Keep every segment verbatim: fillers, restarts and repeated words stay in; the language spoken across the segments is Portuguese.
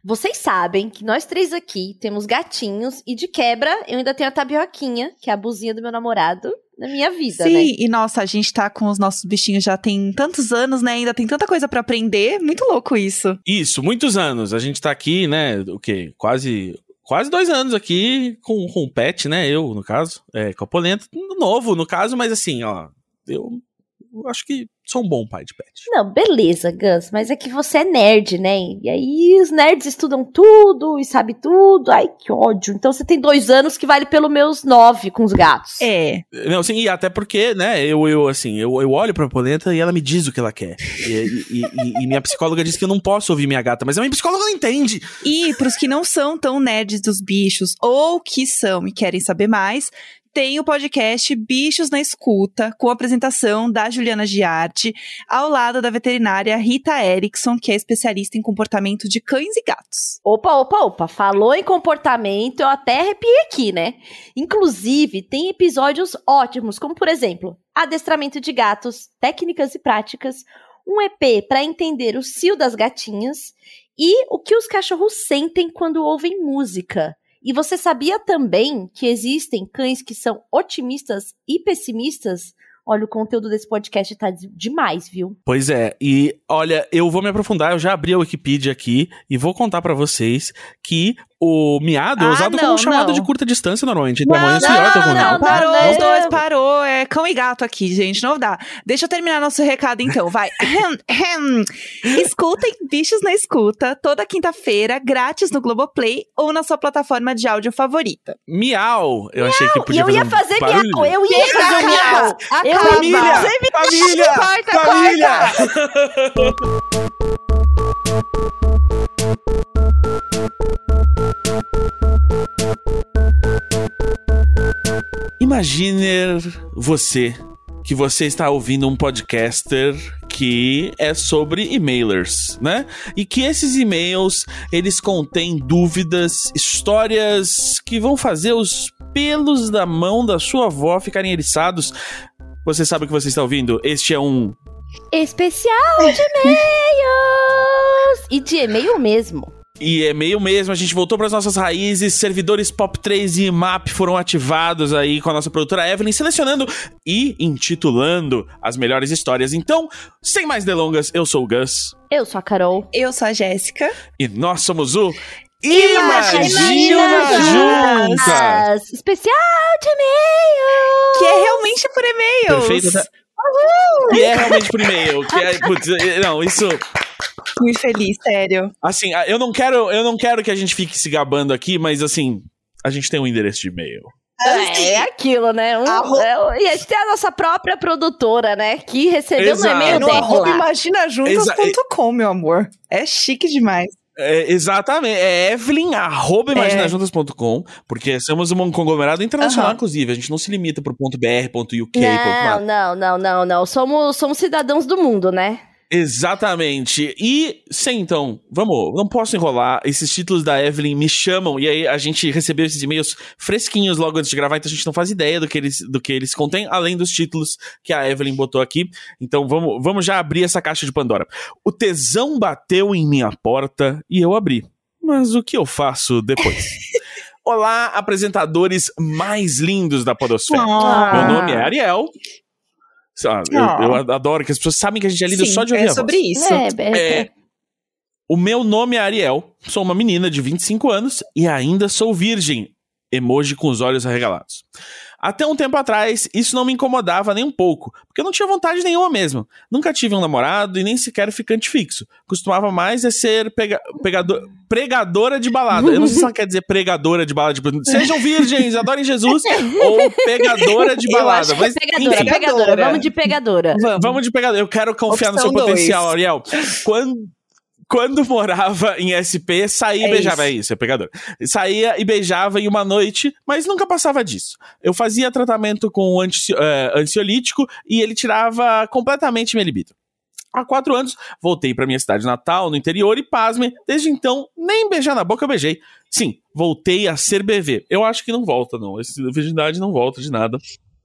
Vocês sabem que nós três aqui temos gatinhos e de quebra eu ainda tenho a Tabioquinha, que é a buzinha do meu namorado, na minha vida, Sim, né? e nossa, a gente tá com os nossos bichinhos já tem tantos anos, né? Ainda tem tanta coisa pra aprender. Muito louco isso. Isso, muitos anos. A gente tá aqui, né, o quê? Quase... Quase dois anos aqui com, com o pet, né? Eu, no caso. É, com a polenta. Novo, no caso, mas assim, ó. Eu, eu acho que sou um bom pai de pet. Não, beleza, Gus, mas é que você é nerd, né? E aí os nerds estudam tudo e sabe tudo. Ai, que ódio. Então você tem dois anos que vale pelo meus nove com os gatos. É. Não, assim, e até porque, né, eu, eu assim, eu, eu olho pra polenta e ela me diz o que ela quer. E, e, e, e minha psicóloga diz que eu não posso ouvir minha gata, mas a minha psicóloga não entende. E pros que não são tão nerds dos bichos, ou que são e querem saber mais, tem o podcast Bichos na Escuta, com a apresentação da Juliana Giardi, ao lado da veterinária Rita Erickson, que é especialista em comportamento de cães e gatos. Opa, opa, opa. Falou em comportamento, eu até arrepiei aqui, né? Inclusive, tem episódios ótimos, como por exemplo, adestramento de gatos, técnicas e práticas, um E P para entender o cio das gatinhas e o que os cachorros sentem quando ouvem música. E você sabia também que existem cães que são otimistas e pessimistas? Olha, o conteúdo desse podcast tá demais, viu? Pois é, e olha, eu vou me aprofundar, eu já abri a Wikipedia aqui e vou contar pra vocês que o miado é Ah, usado não, como chamada não. de curta distância normalmente, em Não, tamanhos não, filhotes ou com não, nada. parou não, os não. dois, parou. É cão e gato aqui, gente, não dá. Deixa eu terminar nosso recado então, vai. Escutem Bichos na Escuta, toda quinta-feira, grátis no Globoplay ou na sua plataforma de áudio favorita. Miau! Eu achei que E podia eu ia fazer, fazer um barulho. miau, eu ia fazer Acaba, miau. Eu acaba. Família! Você me- Família! Corta, Família! Imagine você, que você está ouvindo um podcaster que é sobre e-mailers, né? E que esses e-mails, eles contêm dúvidas, histórias que vão fazer os pelos da mão da sua avó ficarem eriçados. Você sabe o que você está ouvindo? Este é um... Especial de e-mails! E de e-mail mesmo. E e-mail mesmo, a gente voltou para as nossas raízes, servidores Pop três e I M A P foram ativados aí com a nossa produtora Evelyn, selecionando e intitulando as melhores histórias. Então, sem mais delongas, eu sou o Gus. Eu sou a Carol. Eu sou a Jéssica. E nós somos o... Imagina Imagina Juntas! Especial de e-mails! Que é realmente por e-mails. Perfeito, né? Que é realmente por e-mail. Que é, putz, não, isso... Muito feliz, sério. Assim, eu não quero, eu não quero que a gente fique se gabando aqui, mas assim, a gente tem um endereço de e-mail. É, é aquilo, né? Um, Arro- é, e a gente tem a nossa própria produtora, né? Que recebeu Exato. no e-mail No dela. arroba imagina juntas Exa- ponto com, meu amor. É chique demais. É, exatamente, é Evelyn, arroba imaginajuntas ponto com, porque somos um conglomerado internacional, Aham. inclusive, a gente não se limita pro ponto .br, ponto .uk, ponto Não, nada. não, não, não, não. Somos, somos cidadãos do mundo, né? Exatamente. E, sim, então, vamos, não posso enrolar, esses títulos da Evelyn me chamam, e aí a gente recebeu esses e-mails fresquinhos logo antes de gravar, então a gente não faz ideia do que eles, do que eles contêm, além dos títulos que a Evelyn botou aqui. Então vamos, vamos já abrir essa caixa de Pandora. O tesão bateu em minha porta e eu abri. Mas o que eu faço depois? Olá, apresentadores mais lindos da podosfera. Ah. Meu nome é Ariel. Ah, eu, eu adoro que as pessoas sabem que a gente é lido Sim, só de ouvir é a sobre voz. isso. É, é, É, o meu nome é Ariel, sou uma menina de vinte e cinco anos e ainda sou virgem. Emoji com os olhos arregalados. Até um tempo atrás, isso não me incomodava nem um pouco, porque eu não tinha vontade nenhuma mesmo. Nunca tive um namorado e nem sequer ficante fixo. Costumava mais é ser pega, pegador, pregadora de balada. Eu não sei se ela quer dizer pregadora de balada. Tipo, sejam virgens, adorem Jesus, ou pegadora de Eu balada. acho que Mas, pegadora, enfim, pegadora, pegadora. vamos de pegadora. Vamos. vamos de pegadora. Eu quero confiar Opção no seu potencial, dois. Ariel. Quando... Quando morava em S P, saía É e beijava. isso. É isso, é pegador. Saía e beijava em uma noite, mas nunca passava disso. Eu fazia tratamento com anti, eh, ansiolítico e ele tirava completamente minha libido. Há quatro anos, voltei pra minha cidade natal, no interior, e pasme, desde então, nem beijar na boca eu beijei. Sim, voltei a ser B V. Eu acho que não volta, não. Essa virgindade não volta de nada.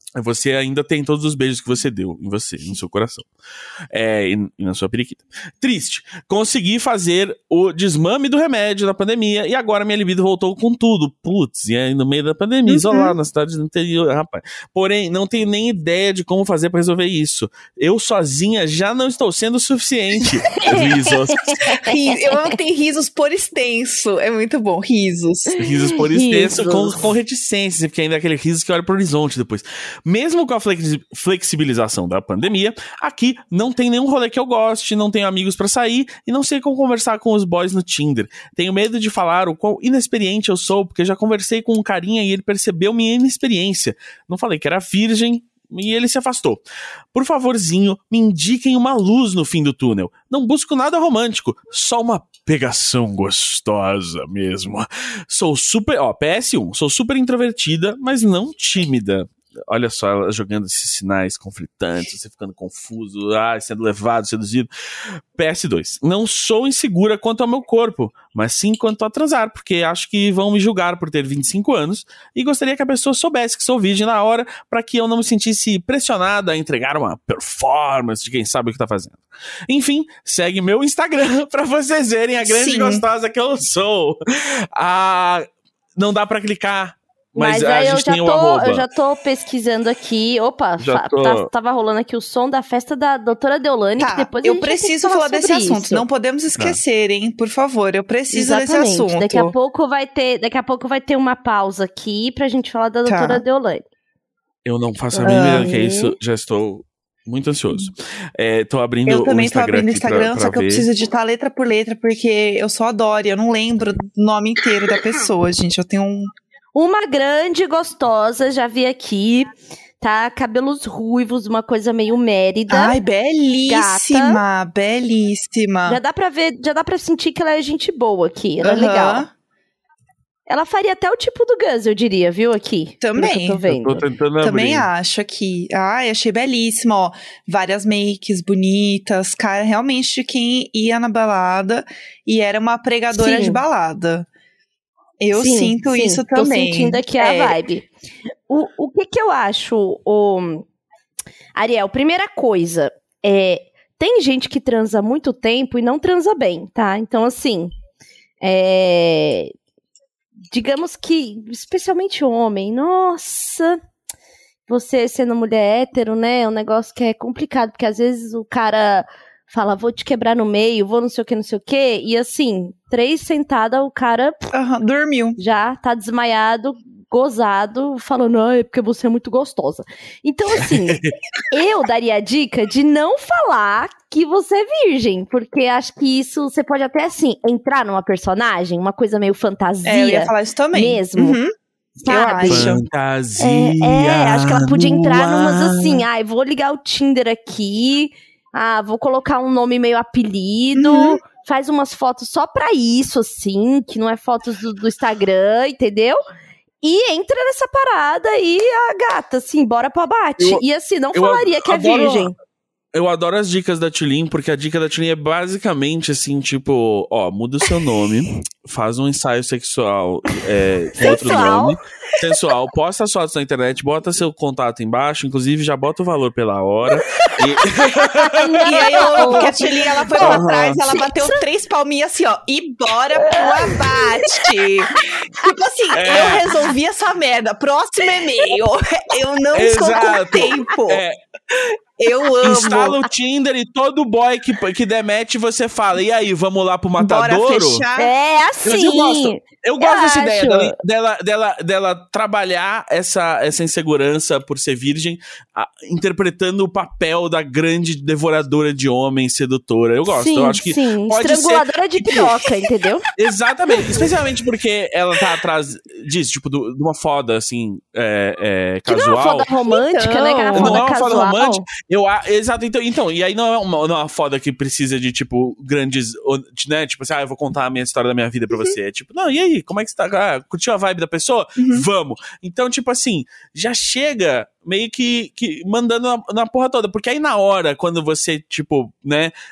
você ainda tem todos os beijos que você deu em você, no seu coração. É, e, e na sua periquita. Triste. Consegui fazer o desmame do remédio na pandemia e agora minha libido voltou com tudo. Putz, e aí no meio da pandemia, Uhum. isolado na cidade do interior, rapaz. Porém, não tenho nem ideia de como fazer pra resolver isso. Eu sozinha já não estou sendo o suficiente. Risos. Ri- Eu amo que tem risos por extenso. É muito bom, risos. Risos por extenso Risos. com, com reticência, porque ainda é aquele riso que olha pro horizonte depois. Mesmo com a flexi- flexibilização da pandemia, aqui não tem nenhum rolê que eu goste, não tenho amigos pra sair e não sei como conversar com os boys no Tinder. Tenho medo de falar o quão inexperiente eu sou, porque já conversei com um carinha e ele percebeu minha inexperiência. Não falei que era virgem e ele se afastou. Por favorzinho, me indiquem uma luz no fim do túnel. Não busco nada romântico, só uma pegação gostosa mesmo. Sou super... Ó, P S um. Sou super introvertida, mas não tímida. Olha só, ela jogando esses sinais conflitantes, você ficando confuso, ah, sendo levado, seduzido. P S dois. Não sou insegura quanto ao meu corpo, mas sim quanto a transar, porque acho que vão me julgar por ter vinte e cinco anos e gostaria que a pessoa soubesse que sou virgem na hora para que eu não me sentisse pressionada a entregar uma performance de quem sabe o que tá fazendo. Enfim, segue meu Instagram pra vocês verem a grande Sim. gostosa que eu sou. Ah, não dá pra clicar. Mas, Mas a aí eu gente já, tem o tô, arroba. eu já tô pesquisando aqui. Opa, Já fa- tô. tá- tava rolando aqui o som da festa da doutora Deolane, que Tá, depois a eu gente vai ter que preciso falar desse sobre assunto. isso. Não podemos esquecer, hein? Por favor, eu preciso Exatamente. desse assunto. Daqui a pouco vai ter, daqui a pouco vai ter uma pausa aqui pra gente falar da doutora Tá. Deolane. Eu não faço a mínima ideia Ah. do que é isso, já estou muito ansioso. É, tô abrindo Eu o também tô Instagram abrindo o aqui pra- Instagram, pra só que eu ver. preciso editar letra por letra, porque eu sou a Dori, eu não lembro do nome inteiro da pessoa, gente. Eu tenho um. Uma grande gostosa, já vi aqui, tá? Cabelos ruivos, uma coisa meio Mérida. Ai, belíssima! Belíssima. Já dá pra ver, já dá pra sentir que ela é gente boa aqui, ela é Aham. legal. Ela faria até o tipo do Gus, eu diria, viu, aqui? pelo Também. que eu tô vendo. Tô tentando abrir. Também acho aqui. Ai, achei belíssimo, ó. Várias makes bonitas. Cara, realmente de quem ia na balada e era uma pregadora Sim. de balada. Eu Sim, sinto sim, isso tô também. sentindo aqui a É. vibe. O, o que que eu acho, o... Ariel, primeira coisa, é, tem gente que transa há muito tempo e não transa bem, tá? Então, assim, é, digamos que, especialmente homem, nossa, você sendo mulher hétero, né, é um negócio que é complicado, porque às vezes o cara fala, vou te quebrar no meio, vou não sei o que, não sei o que, e assim, três sentadas, o cara Aham, dormiu. já tá desmaiado, gozado, falando, ah, é porque você é muito gostosa. Então, assim, eu daria a dica de não falar que você é virgem, porque acho que isso, você pode até, assim, entrar numa personagem, uma coisa meio fantasia, É, eu ia falar isso também. mesmo. Uhum. sabe? Eu acho. Fantasia. É, é, acho que ela podia entrar no numas ar. assim, ai, vou ligar o Tinder aqui, ah, vou colocar um nome meio apelido, Uhum. faz umas fotos só pra isso, assim, que não é fotos do, do Instagram, entendeu? E entra nessa parada e a gata, assim, bora pro abate. Eu- e assim, não eu falaria que é adoro- virgem. Eu adoro as dicas da Tulin, porque a dica da Tulin é basicamente assim, tipo, ó, muda o seu nome, faz um ensaio sexual é, com outro Sensual. nome, sensual, posta as fotos na internet, bota seu contato embaixo, inclusive já bota o valor pela hora. E... E aí, eu, porque a Tilly, ela foi pra Aham. trás, ela bateu três palminhas assim, ó, e bora pro abate. Tipo assim, É. eu resolvi essa merda. Próximo e-mail. Eu não estou com Exato. tempo. É, Eu amo. instala o Tinder e todo boy que, que demete você fala, e aí, vamos lá pro Bora Matadouro? fechar. É Mas eu assim. gosto. Eu gosto Eu dessa ideia acho. dela, dela, dela, dela trabalhar essa, essa insegurança por ser virgem, a- interpretando o papel da grande devoradora de homens, sedutora. Eu gosto. Sim, eu acho que sim. pode Estranguladora de piroca, entendeu? Exatamente, especialmente porque ela tá atrás disso, tipo, do- de uma foda, assim, é, é, Que não é casual. uma foda romântica, Então, né? Que é uma não foda é uma casual. foda romântica. Eu, a- exato, então, então, e aí não é uma, não é uma foda que precisa de, tipo, grandes, o- né, tipo assim, ah, eu vou contar a minha história da minha vida pra você. É tipo, não, e aí, como é que você tá? Ah, curtiu a vibe da pessoa? Uhum. Vamos. Então, tipo assim, já chega meio que, que mandando na, na porra toda, porque aí na hora, quando você, tipo, né,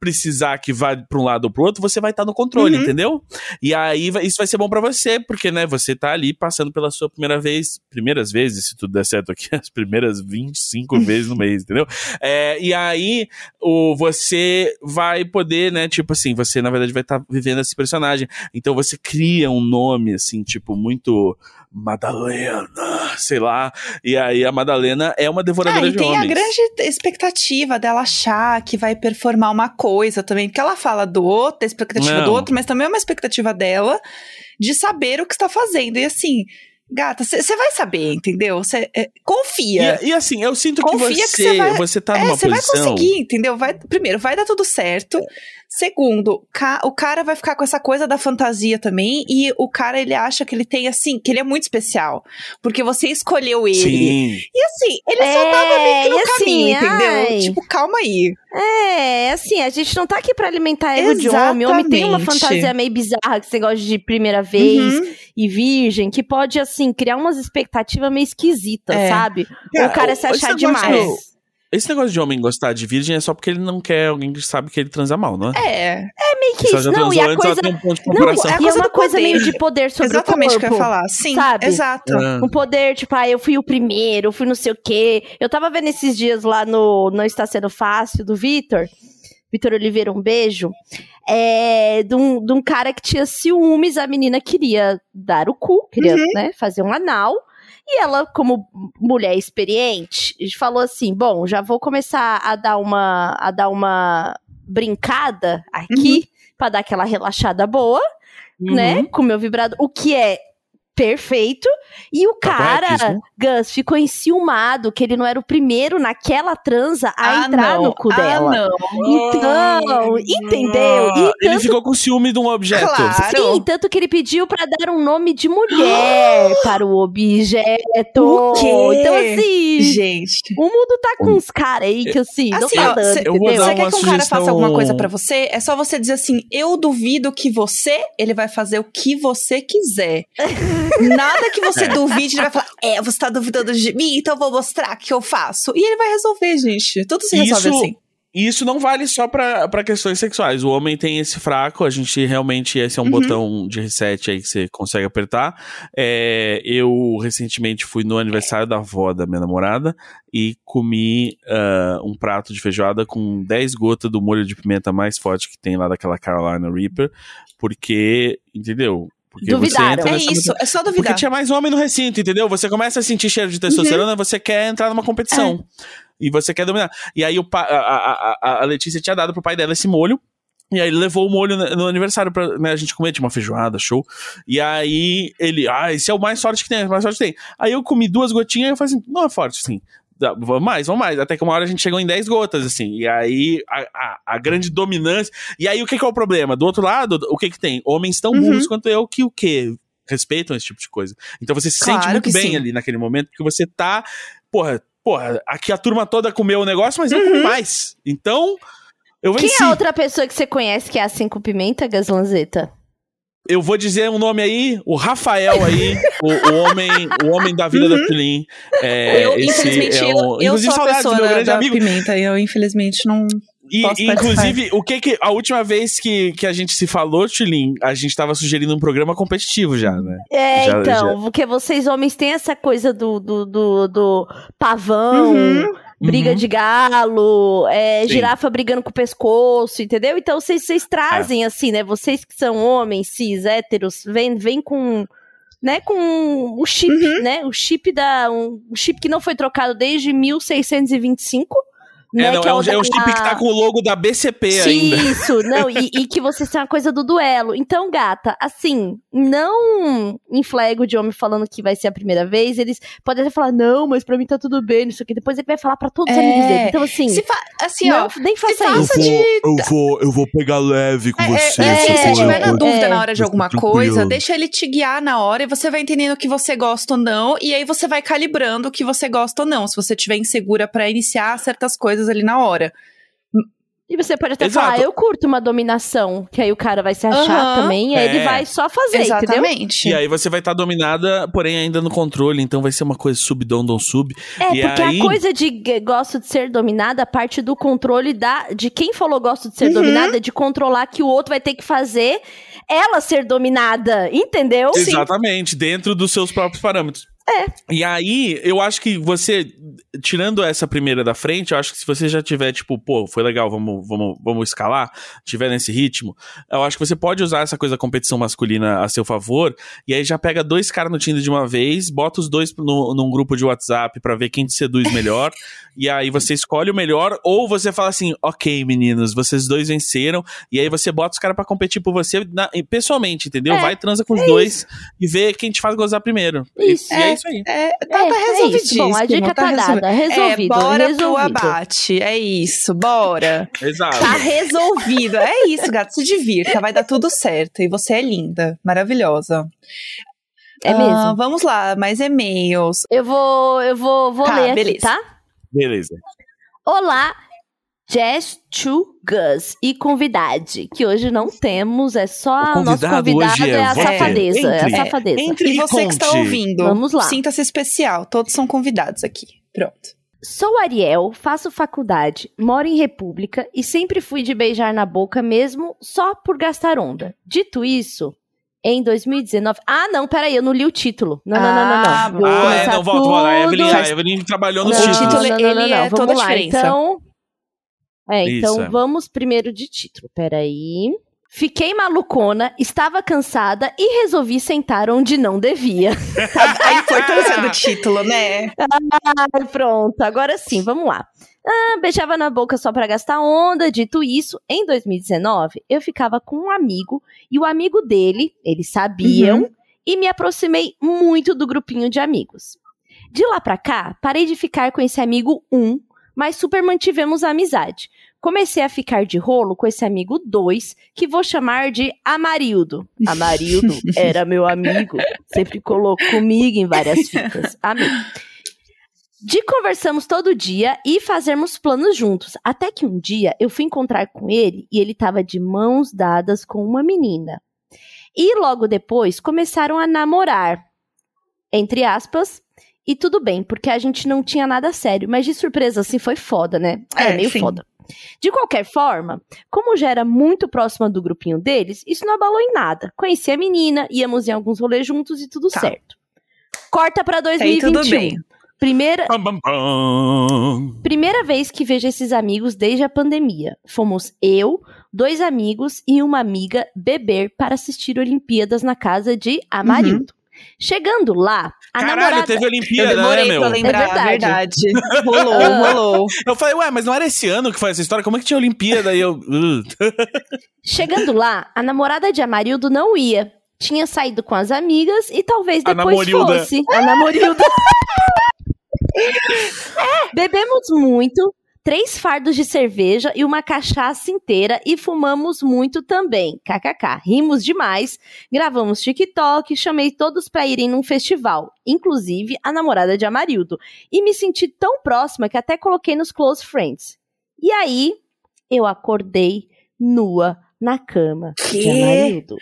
precisar que vá pra um lado ou pro outro, você vai estar no controle, uhum. entendeu? E aí isso vai ser bom pra você, porque, né, você tá ali passando pela sua primeira vez, primeiras vezes, se tudo der certo aqui, as primeiras vinte e cinco vezes no mês, entendeu? É, e aí o, você vai poder, né, tipo assim, você na verdade vai estar vivendo esse personagem, então você cria um nome, assim, tipo, muito Madalena, sei lá, e aí a Madalena é uma devoradora ah, de homens. E tem homens. a grande expectativa dela achar que vai performar uma coisa também, porque ela fala do outro, da expectativa Não. do outro, mas também é uma expectativa dela de saber o que está fazendo, e assim, gata, você vai saber, entendeu? Cê, é, confia. E, e assim, eu sinto confia que você, que você, vai, você tá é, numa você posição... Você vai conseguir, entendeu? Vai, primeiro, vai dar tudo certo. Segundo, ca, o cara vai ficar com essa coisa da fantasia também, e o cara, ele acha que ele tem, assim, que ele é muito especial, porque você escolheu ele. Sim. E assim, ele é, só tava meio que no assim, caminho, entendeu? ai. Tipo, calma aí. É, assim, a gente não tá aqui pra alimentar ego de homem. Homem tem uma fantasia meio bizarra, que você gosta de primeira vez uhum. e virgem, que pode, assim, criar umas expectativas meio esquisitas, é. sabe? Cara, o cara se achar esse negócio, demais. Esse negócio de homem gostar de virgem é só porque ele não quer alguém que sabe que ele transa mal, não é? É. É meio que Se isso. ela já Não, e transou a antes, coisa... ela tem um ponto de Não, comparação. é, a coisa uma do coisa poder. meio de poder sobre Exatamente o corpo. o que eu ia falar. Sim, sabe? exato. É. Um poder, tipo, ah, eu fui o primeiro, eu fui não sei o quê. Eu tava vendo esses dias lá no Não Está Sendo Fácil, do Vitor. Vitor Oliveira, um beijo. É, de, um, de um cara que tinha ciúmes, a menina queria dar o cu, queria, uhum. né, fazer um anal. E ela, como mulher experiente, falou assim, bom, já vou começar a dar uma, a dar uma brincada aqui, uhum. pra dar aquela relaxada boa, uhum. né, com o meu vibrador, o que é perfeito. E o cara, tá Gus, ficou enciumado que ele não era o primeiro naquela transa a ah, entrar não. no cu ah, dela. Não. Então, entendeu? E ele tanto... ficou com ciúme de um objeto. Claro. Sim, tanto que ele pediu pra dar um nome de mulher para o objeto. O quê? Então, assim... Gente... O mundo tá com uns caras aí que, assim, não assim, tá ó, dando, cê, entendeu? Você quer que um sugestão... cara faça alguma coisa pra você? É só você dizer assim, eu duvido que você, ele vai fazer o que você quiser. Nada que você duvide, ele vai falar, é, você tá duvidando de mim, então eu vou mostrar o que eu faço. E ele vai resolver, gente. Tudo se resolve Isso... assim. E isso não vale só pra, pra questões sexuais. O homem tem esse fraco, a gente realmente, esse é um uhum. botão de reset aí que você consegue apertar. É, eu recentemente fui no aniversário da avó da minha namorada e comi uh, um prato de feijoada com dez gotas do molho de pimenta mais forte que tem lá daquela Carolina Reaper, porque, entendeu? Porque Duvidaram. Você entra é nessa... isso, é só duvidar. Porque tinha mais homem no recinto, entendeu? Você começa a sentir cheiro de testosterona, uhum. você quer entrar numa competição. É. E você quer dominar. E aí o pa... a, a, a, a Letícia tinha dado pro pai dela esse molho. E aí ele levou o molho no aniversário pra, né, a gente comer, tinha uma feijoada, show. E aí ele, ah, esse é o mais forte que tem, é o mais forte que tem. Aí eu comi duas gotinhas e eu falei assim, não é forte, assim. Vamos mais, vamos mais. Até que uma hora a gente chegou em dez gotas, assim. E aí, a, a, a grande dominância... E aí, o que, que é o problema? Do outro lado, o que que tem? Homens tão burros uhum. quanto eu que o quê? Respeitam esse tipo de coisa. Então você se claro sente muito bem sim. ali naquele momento, porque você tá... Porra, porra, aqui a turma toda comeu o negócio, mas eu uhum. comi mais. Então, eu venci. Quem é a outra pessoa que você conhece que é assim com pimenta, Gaslanzeta? Eu vou dizer um nome aí, o Rafael aí, o, o, homem, o homem da vida uhum. da Tulin. É, eu, esse infelizmente, é um, eu, eu sou a pessoa do meu grande da amigo. pimenta, eu infelizmente não e, posso inclusive, o que que, a última vez que, que a gente se falou, Tulin, a gente tava sugerindo um programa competitivo já, né? É, já, então, já. porque vocês homens têm essa coisa do, do, do, do pavão... Uhum. Briga uhum. de galo, é, girafa brigando com o pescoço, entendeu? Então vocês, vocês trazem é. assim, né? Vocês que são homens, cis, héteros, vêm vem com, né, com o chip, uhum. né? O chip da, um, o chip que não foi trocado desde mil seiscentos e vinte e cinco. É, né, não, que é, é um, da... é um chip que tá com o logo da B C P ainda. Isso, não, e, e que vocês têm uma coisa do duelo. Então, gata, assim, não em flego de homem falando que vai ser a primeira vez, eles podem até falar, não, mas pra mim tá tudo bem, isso aqui. Depois ele vai falar pra todos os é... amigos dele. Então, assim, se fa... assim não, ó, nem faça eu isso. Vou, de... eu, vou, eu vou pegar leve com é, você. É, se você estiver na dúvida é, na hora de alguma tranquilo. coisa, deixa ele te guiar na hora e você vai entendendo o que você gosta ou não, e aí você vai calibrando o que você gosta ou não, se você estiver insegura pra iniciar certas coisas ali na hora. E você pode até Exato. falar, eu curto uma dominação, que aí o cara vai se achar Uhum. também, e aí ele É. vai só fazer, entendeu? Exatamente. E aí você vai estar dominada, porém ainda no controle, então vai ser uma coisa sub, dom, dom, sub. É, e porque aí... a coisa de g- gosto de ser dominada parte do controle da, de quem falou gosto de ser Uhum. dominada, de controlar que o outro vai ter que fazer ela ser dominada, entendeu? Exatamente, dentro dos seus próprios parâmetros. É. E aí, eu acho que você, tirando essa primeira da frente, eu acho que se você já tiver, tipo, pô, foi legal, vamos, vamos, vamos escalar, tiver nesse ritmo, eu acho que você pode usar essa coisa da competição masculina a seu favor, e aí já pega dois caras no Tinder de uma vez, bota os dois no, num grupo de WhatsApp pra ver quem te seduz melhor, e aí você escolhe o melhor, ou você fala assim, ok, meninos, vocês dois venceram, e aí você bota os caras pra competir por você na- pessoalmente, entendeu? É, Vai, transa com os é dois e vê quem te faz gozar primeiro. Isso. E, e é isso aí. É, tá, É, tá é resolvidíssimo. isso. Bom, a dica tá resolvido. dada, resolvido, É, bora resolvido. pro abate. É isso, bora. Exato. Tá resolvido. É isso, gato. Se divirta, vai dar tudo certo. E você é linda, maravilhosa. É Ah, mesmo. Vamos lá, mais e-mails. Eu vou, eu vou, vou Tá, ler aqui, beleza. tá? Beleza. Olá, Jazz to Gus e convidade, que hoje não temos, é só O o nosso convidado convidado hoje é é a você. safadeza, é a Entre. safadeza. Entre. E você que está conte. ouvindo, Vamos lá. sinta-se especial. Todos são convidados aqui. Pronto. Sou Ariel, faço faculdade, moro em República e sempre fui de beijar na boca mesmo só por gastar onda. Dito isso, em dois mil e dezenove... Ah, não, peraí, eu não li o título. Não, não, não, não, não. Ah, Vou boa. Ah, é, começar não, volta, volta. A Evelyn, tudo. a Evelyn trabalhou nos Não, O títulos. título, não, não, ele não, não. é Vamos toda a lá, diferença. então... É, então Isso, é. vamos primeiro de título. Peraí. Fiquei malucona, estava cansada e resolvi sentar onde não devia. A importância do título, né? Ai, pronto, agora sim, vamos lá. Ah, beijava na boca só pra gastar onda. Dito isso, em dois mil e dezenove, eu ficava com um amigo e o amigo dele, eles sabiam, Uhum. e me aproximei muito do grupinho de amigos. De lá pra cá, parei de ficar com esse amigo um, mas super mantivemos a amizade. Comecei a ficar de rolo com esse amigo dois, que vou chamar de Amarildo. Amarildo era meu amigo, sempre colocou comigo em várias fitas. Amém. De conversamos todo dia e fazermos planos juntos. Até que um dia eu fui encontrar com ele e ele estava de mãos dadas com uma menina. E logo depois começaram a namorar. Entre aspas. E tudo bem, porque a gente não tinha nada sério. Mas de surpresa assim foi foda, né? É, É, meio sim. foda. De qualquer forma, como já era muito próxima do grupinho deles, isso não abalou em nada. Conheci a menina, íamos em alguns rolês juntos e tudo Tá. certo. Corta pra dois mil Aí e vinte e um. tudo bem. Primeira, Pam, pam, pam. Primeira vez que vejo esses amigos desde a pandemia. Fomos eu, dois amigos e uma amiga beber para assistir Olimpíadas na casa de Amarildo. Chegando lá, a Caralho, namorada... teve Eu Olimpíada, né, demorei meu? pra lembrar, É verdade. verdade. Rolou, rolou. Eu falei, ué, mas não era esse ano que foi essa história? Como é que tinha Olimpíada? E eu... uh. Chegando lá, a namorada de Amarildo não ia. Tinha saído com as amigas e talvez A depois namorilda. fosse. A namorilda. Bebemos muito, três fardos de cerveja e uma cachaça inteira e fumamos muito também. Kkk. Rimos demais, gravamos TikTok, chamei todos pra irem num festival, inclusive a namorada de Amarildo. E me senti tão próxima que até coloquei nos close friends. E aí, eu acordei nua na cama de Quê? Amarildo.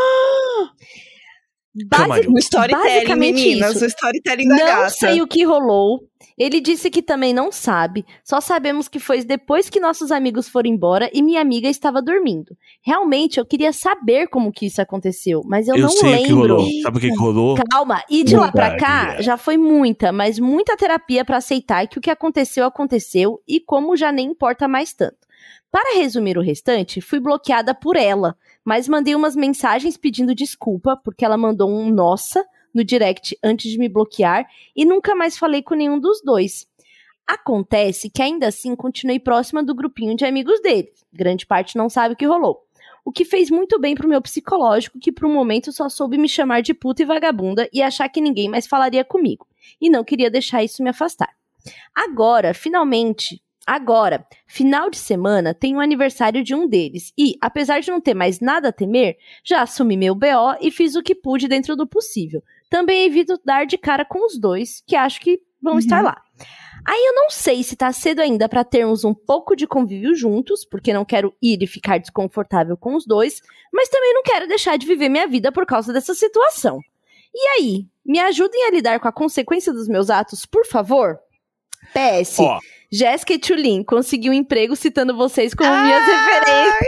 Basi Um storytelling, basicamente meninas. isso. O storytelling da Não gata. sei o que rolou. Ele disse que também não sabe. Só sabemos que foi depois que nossos amigos foram embora e minha amiga estava dormindo. Realmente, eu queria saber como que isso aconteceu, mas eu, Eu não sei o que lembro. rolou. Sabe o que que rolou? Calma, e de lá pra cá Putaria. já foi muita, mas muita terapia pra aceitar que o que aconteceu, aconteceu e como já nem importa mais tanto. Para resumir o restante, fui bloqueada por ela, mas mandei umas mensagens pedindo desculpa, porque ela mandou um nossa no direct antes de me bloquear e nunca mais falei com nenhum dos dois. Acontece que ainda assim continuei próxima do grupinho de amigos dele. Grande parte não sabe o que rolou. O que fez muito bem pro meu psicológico, que por um momento só soube me chamar de puta e vagabunda e achar que ninguém mais falaria comigo. E não queria deixar isso me afastar. Agora, finalmente... Agora, final de semana, tem o aniversário de um deles e, apesar de não ter mais nada a temer, já assumi meu B O e fiz o que pude dentro do possível. Também evito dar de cara com os dois, que acho que vão Uhum. estar lá. Aí eu não sei se tá cedo ainda pra termos um pouco de convívio juntos, porque não quero ir e ficar desconfortável com os dois, mas também não quero deixar de viver minha vida por causa dessa situação. E aí, me ajudem a lidar com a consequência dos meus atos, por favor? P S. Ó. Jéssica e Tchulin conseguiu um emprego citando vocês como ah, minhas referências.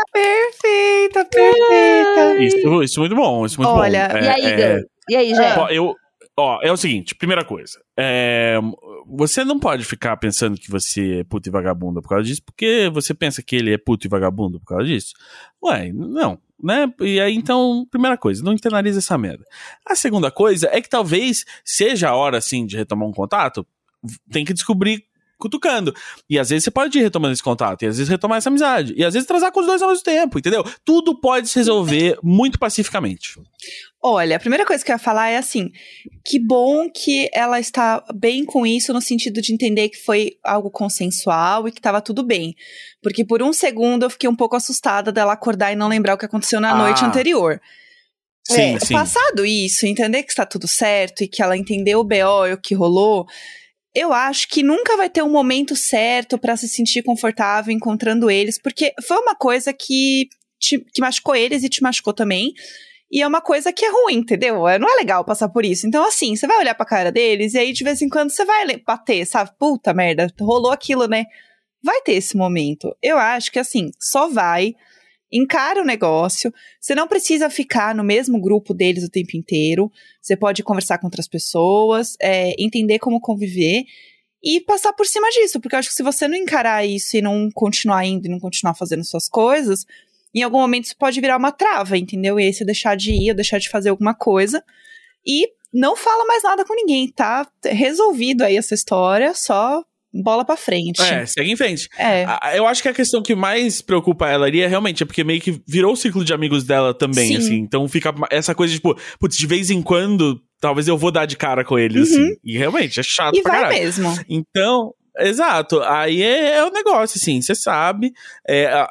Perfeita, perfeita. Isso, isso é muito bom, isso é muito Olha, bom. E aí, é, Gã? E aí, Jé? Ó, eu, ó, é o seguinte, primeira coisa. É, você não pode ficar pensando que você é puto e vagabundo por causa disso, porque você pensa que ele é puto e vagabundo por causa disso. Ué, não, né? E aí, então, primeira coisa, não internaliza essa merda. A segunda coisa é que talvez seja a hora, assim, de retomar um contato, tem que descobrir cutucando. E às vezes você pode ir retomando esse contato, e às vezes retomar essa amizade, e às vezes transar com os dois ao mesmo tempo, entendeu? Tudo pode se resolver muito pacificamente. Olha, a primeira coisa que eu ia falar é assim, que bom que ela está bem com isso, no sentido de entender que foi algo consensual e que estava tudo bem. Porque por um segundo eu fiquei um pouco assustada dela acordar e não lembrar o que aconteceu na ah. noite anterior. Sim, é, sim. Passado isso, entender que está tudo certo e que ela entendeu o B O e o que rolou, eu acho que nunca vai ter um momento certo pra se sentir confortável encontrando eles, porque foi uma coisa que, te, que machucou eles e te machucou também, e é uma coisa que é ruim, entendeu? Não é legal passar por isso. Então, assim, você vai olhar pra cara deles e aí de vez em quando você vai bater, sabe? Puta merda, rolou aquilo, né? Vai ter esse momento. Eu acho que, assim, só vai, encara o negócio, você não precisa ficar no mesmo grupo deles o tempo inteiro, você pode conversar com outras pessoas, é, entender como conviver e passar por cima disso, porque eu acho que se você não encarar isso e não continuar indo e não continuar fazendo suas coisas, em algum momento isso pode virar uma trava, entendeu? E aí você deixar de ir ou deixar de fazer alguma coisa e não fala mais nada com ninguém, tá resolvido aí essa história, só bola pra frente. É, segue em frente. É. Eu acho que a questão que mais preocupa ela ali é realmente, é porque meio que virou o ciclo de amigos dela também, Sim. assim. Então fica essa coisa de, tipo, putz, de vez em quando, talvez eu vou dar de cara com eles, Uhum. assim. E realmente, é chato E pra vai caralho. mesmo. Então, exato. Aí é, é o negócio, assim, você sabe. É, a,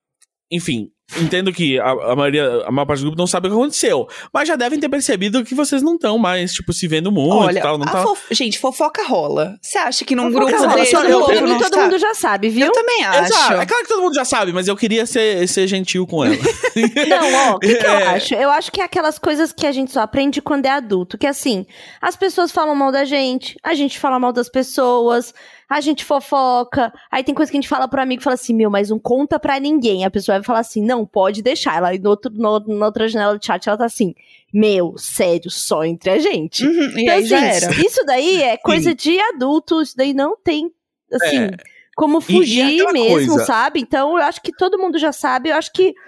enfim, entendo que a, a maioria, a maior parte do grupo não sabe o que aconteceu. Mas já devem ter percebido que vocês não estão mais, tipo, se vendo muito Olha, e tal. Não a tá... fof... gente, fofoca rola. Você acha que num Fofoca grupo rola, desse... todo eu- mundo, eu- e todo mundo já sabe, viu? Eu também acho. Exato. É claro que todo mundo já sabe, mas eu queria ser, ser gentil com ela. Não, ó, o que, que eu É. acho? Eu acho que é aquelas coisas que a gente só aprende quando é adulto. Que assim, as pessoas falam mal da gente, a gente fala mal das pessoas, a gente fofoca. Aí tem coisa que a gente fala pro amigo e fala assim, meu, mas não conta pra ninguém. A pessoa vai falar assim, não, pode deixar. Ela, no outro, no, na outra janela do chat, ela tá assim, meu, sério, só entre a gente. Uhum, e Então, aí já assim, era. isso daí é coisa de adulto, isso daí não tem, assim... É. Como E- e fugir aquela mesmo, coisa- sabe? Então, eu acho que todo mundo já sabe. Eu acho que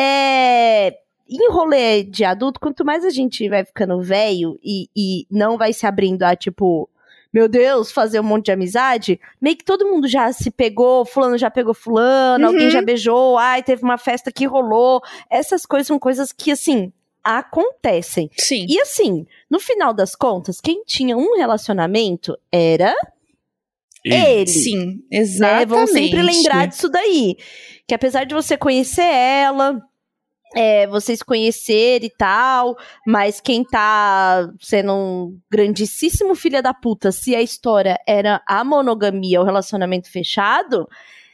é... em rolê de adulto, quanto mais a gente vai ficando velho e, e não vai se abrindo a, tipo, meu Deus, fazer um monte de amizade, meio que todo mundo já se pegou, fulano já pegou fulano, Uhum. alguém já beijou, ai, teve uma festa que rolou. Essas coisas são coisas que, assim, acontecem. Sim. E assim, no final das contas, quem tinha um relacionamento era ele. Sim, Né? exatamente. Vamos sempre lembrar disso daí. Que apesar de você conhecer ela, é, vocês conhecerem e tal, mas quem tá sendo um grandíssimo filho da puta, se a história era a monogamia, o relacionamento fechado,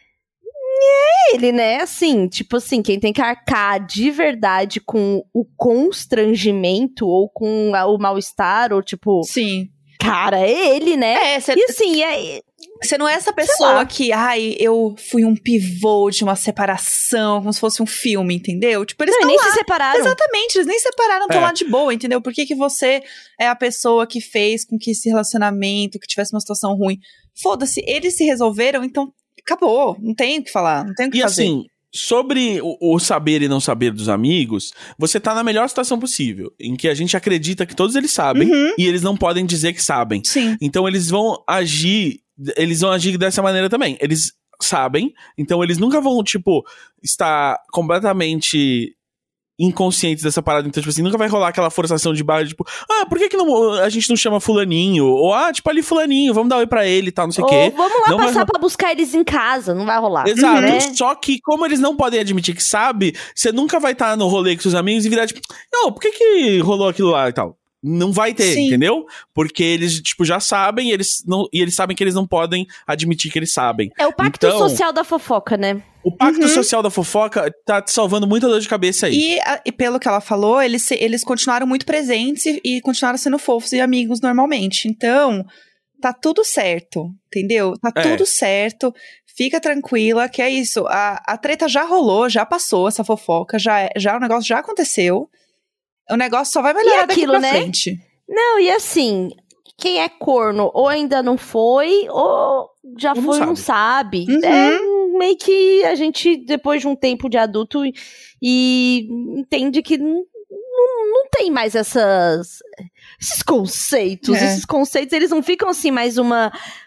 é ele, né? Assim, tipo assim, quem tem que arcar de verdade com o constrangimento ou com a- o mal-estar, ou tipo, Sim. cara, é ele, né? É, você E assim, é, Você não é essa lá. pessoa que, ai, eu fui um pivô de uma separação, como se fosse um filme, entendeu? Tipo, eles não, e estão nem lá. se separaram. Exatamente, eles nem separaram, estão É. lá de boa, entendeu? Por que que você é a pessoa que fez com que esse relacionamento, que tivesse uma situação ruim? Foda-se, eles se resolveram, então acabou, não tem o que falar, não tem o que E fazer. assim, sobre o, o saber e não saber dos amigos, você tá na melhor situação possível, em que a gente acredita que todos eles sabem Uhum. e eles não podem dizer que sabem. Sim. Então eles vão agir, eles vão agir dessa maneira também. Eles sabem, então eles nunca vão, tipo, estar completamente inconscientes dessa parada. Então, tipo assim, nunca vai rolar aquela forçação de barra, tipo, ah, por que, que não, a gente não chama fulaninho? Ou, ah, tipo, ali fulaninho, vamos dar oi pra ele e tal, não sei o Ou quê. vamos lá Não vai passar ro- pra buscar eles em casa, não vai rolar. Exato, Né? só que como eles não podem admitir que sabe, você nunca vai estar no rolê com seus amigos e virar tipo, não, por que que rolou aquilo lá e tal? Não vai ter, Sim. entendeu? Porque eles, tipo, já sabem e eles, não, e eles sabem que eles não podem admitir que eles sabem. É o pacto Então, social da fofoca, né? O pacto Uhum. social da fofoca tá te salvando muita dor de cabeça aí. E, a- e pelo que ela falou, eles, se- eles continuaram muito presentes e, e continuaram sendo fofos e amigos normalmente. Então, tá tudo certo, entendeu? Tá É. tudo certo. Fica tranquila, que é isso. A, a treta já rolou, já passou essa fofoca, já, é- já o negócio já aconteceu. O negócio só vai melhorar daqui aquilo, pra né? frente. Não, e assim, quem é corno ou ainda não foi, ou já Ou não foi e não sabe. sabe. Uhum. É meio que a gente, depois de um tempo de adulto, e, e entende que não, não, não tem mais essas, esses conceitos. É. Esses conceitos, eles não ficam assim mais uma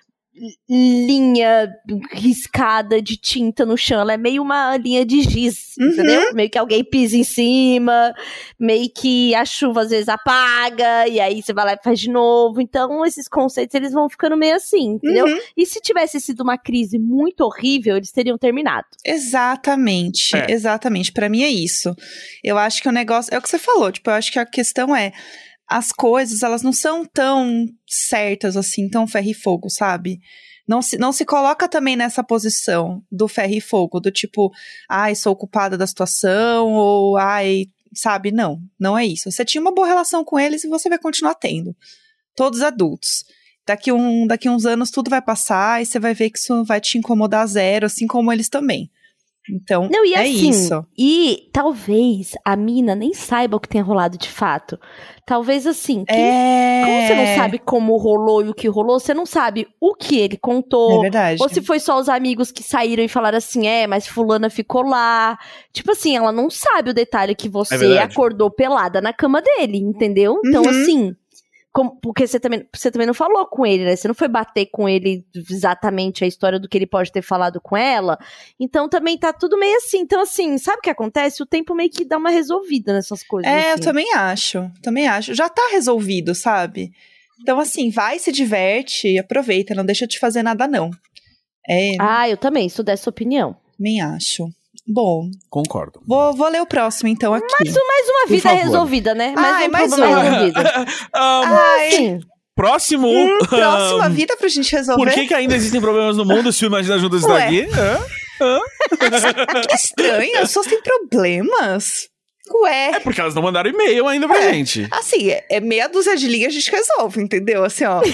linha riscada de tinta no chão, ela é meio uma linha de giz, Uhum. entendeu? Meio que alguém pisa em cima, meio que a chuva às vezes apaga, e aí você vai lá e faz de novo. Então, esses conceitos, eles vão ficando meio assim, entendeu? Uhum. E se tivesse sido uma crise muito horrível, eles teriam terminado. Exatamente, É. exatamente. Pra mim é isso. Eu acho que o negócio, é o que você falou, tipo, eu acho que a questão é, as coisas, elas não são tão certas assim, tão ferro e fogo, sabe? Não se, não se coloca também nessa posição do ferro e fogo, do tipo, ai, sou culpada da situação, ou ai, sabe? Não, não é isso. Você tinha uma boa relação com eles e você vai continuar tendo. Todos adultos. Daqui, um, daqui uns anos tudo vai passar e você vai ver que isso vai te incomodar zero, assim como eles também. Então, Não, e é assim, isso. e talvez a mina nem saiba o que tem rolado de fato. Talvez assim, quem É... como você não sabe como rolou e o que rolou, você não sabe o que ele É contou. verdade. Ou se foi só os amigos que saíram e falaram assim, é, mas fulana ficou lá. Tipo assim, ela não sabe o detalhe que É você verdade. acordou pelada na cama dele, entendeu? Então, Uhum. assim, como- porque você também, você também não falou com ele, né? Você não foi bater com ele exatamente a história do que ele pode ter falado com ela. Então, também tá tudo meio assim. Então, assim, sabe o que acontece? O tempo meio que dá uma resolvida nessas coisas. É, eu assim. também acho. Também acho. Já tá resolvido, sabe? Então, assim, vai, se diverte e aproveita. Não deixa de fazer nada, não. É, Ah, eu também, sou dessa opinião. também acho. Bom, Concordo. vou, vou ler o próximo, então, aqui. Mais uma Por vida favor. resolvida, né? Mais Ai, um mais problema uma. resolvido. Ah, Ai, Sim. próximo. hum, próxima ah, vida pra gente resolver. Por que, que ainda existem problemas no mundo se o Imagina Juntas está Ué. aqui? Hã? Hã? Que estranho, as pessoas têm problemas. Ué. É porque elas não mandaram e-mail ainda pra É. gente. Assim, é, é meia dúzia de linhas a gente resolve, entendeu? Assim, ó.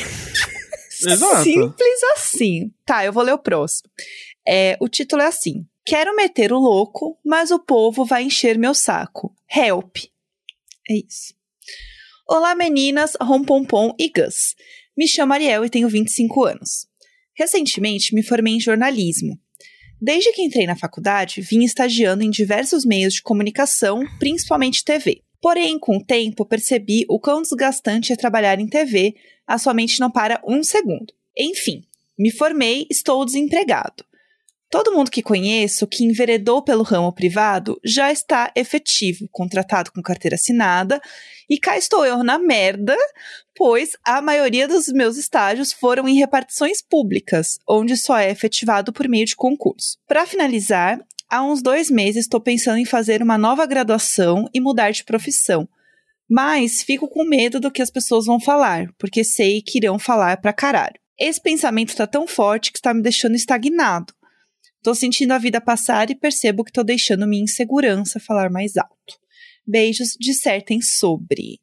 Exato. Simples assim. Tá, eu vou ler o próximo. É, o título é assim. Quero meter o louco, mas o povo vai encher meu saco. Help. É isso. Olá, meninas, Rompompom e Gus. Me chamo Ariel e tenho vinte e cinco anos. Recentemente, me formei em jornalismo. Desde que entrei na faculdade, vim estagiando em diversos meios de comunicação, principalmente T V. Porém, com o tempo, percebi o quão desgastante é trabalhar em T V, a sua mente não para um segundo. Enfim, me formei, estou desempregado. Todo mundo que conheço que enveredou pelo ramo privado já está efetivo, contratado com carteira assinada, e cá estou eu na merda, pois a maioria dos meus estágios foram em repartições públicas, onde só é efetivado por meio de concurso. Para finalizar, há uns dois meses estou pensando em fazer uma nova graduação e mudar de profissão, mas fico com medo do que as pessoas vão falar, porque sei que irão falar pra caralho. Esse pensamento está tão forte que está me deixando estagnado. Tô sentindo a vida passar e percebo que tô deixando minha insegurança falar mais alto. Beijos, dissertem sobre.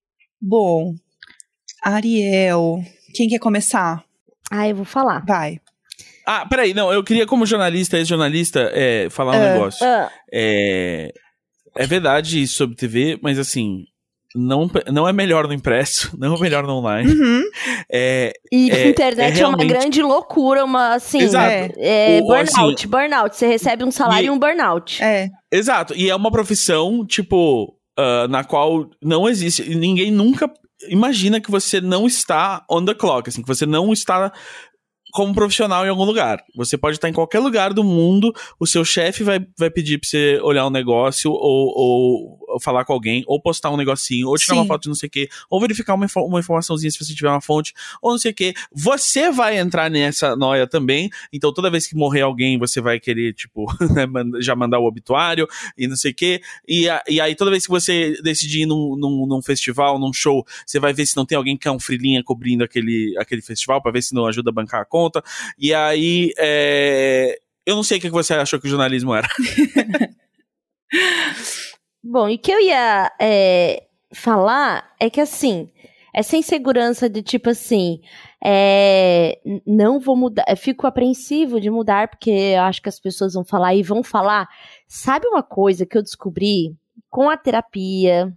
Bom, Ariel, quem quer começar? Ah, eu vou falar. Vai. Ah, peraí, não, eu queria, como jornalista, ex-jornalista, é, falar um Ah. negócio. Ah, É, é verdade isso sobre T V, mas assim, não, não é melhor no impresso, não é melhor no online. Uhum. É, e É- internet é é, uma realmente- grande loucura, uma assim. Exato. É, O- burnout, assim- burnout. Você recebe um salário E- e um burnout. É. Exato, e é uma profissão, tipo, ah, na qual não existe, e ninguém nunca imagina que você não está on the clock, assim, que você não está como profissional em algum lugar. Você pode estar em qualquer lugar do mundo, o seu chefe vai, vai pedir pra você olhar um negócio ou, ou falar com alguém, ou postar um negocinho, ou tirar Sim. uma foto de não sei o quê, ou verificar uma, info- uma informaçãozinha se você tiver uma fonte, ou não sei o quê. Você vai entrar nessa noia também, então toda vez que morrer alguém, você vai querer, tipo, né, já mandar o obituário, e não sei o quê, e, a, e aí toda vez que você decidir ir num, num, num festival, num show, você vai ver se não tem alguém que é um frilinha cobrindo aquele, aquele festival, pra ver se não ajuda a bancar a conta, e aí, é... eu não sei o que você achou que o jornalismo era. Bom, e o que eu ia é, falar é que, assim, essa insegurança de, tipo assim, é, não vou mudar, eu fico apreensivo de mudar, porque eu acho que as pessoas vão falar e vão falar. Sabe uma coisa que eu descobri com a terapia,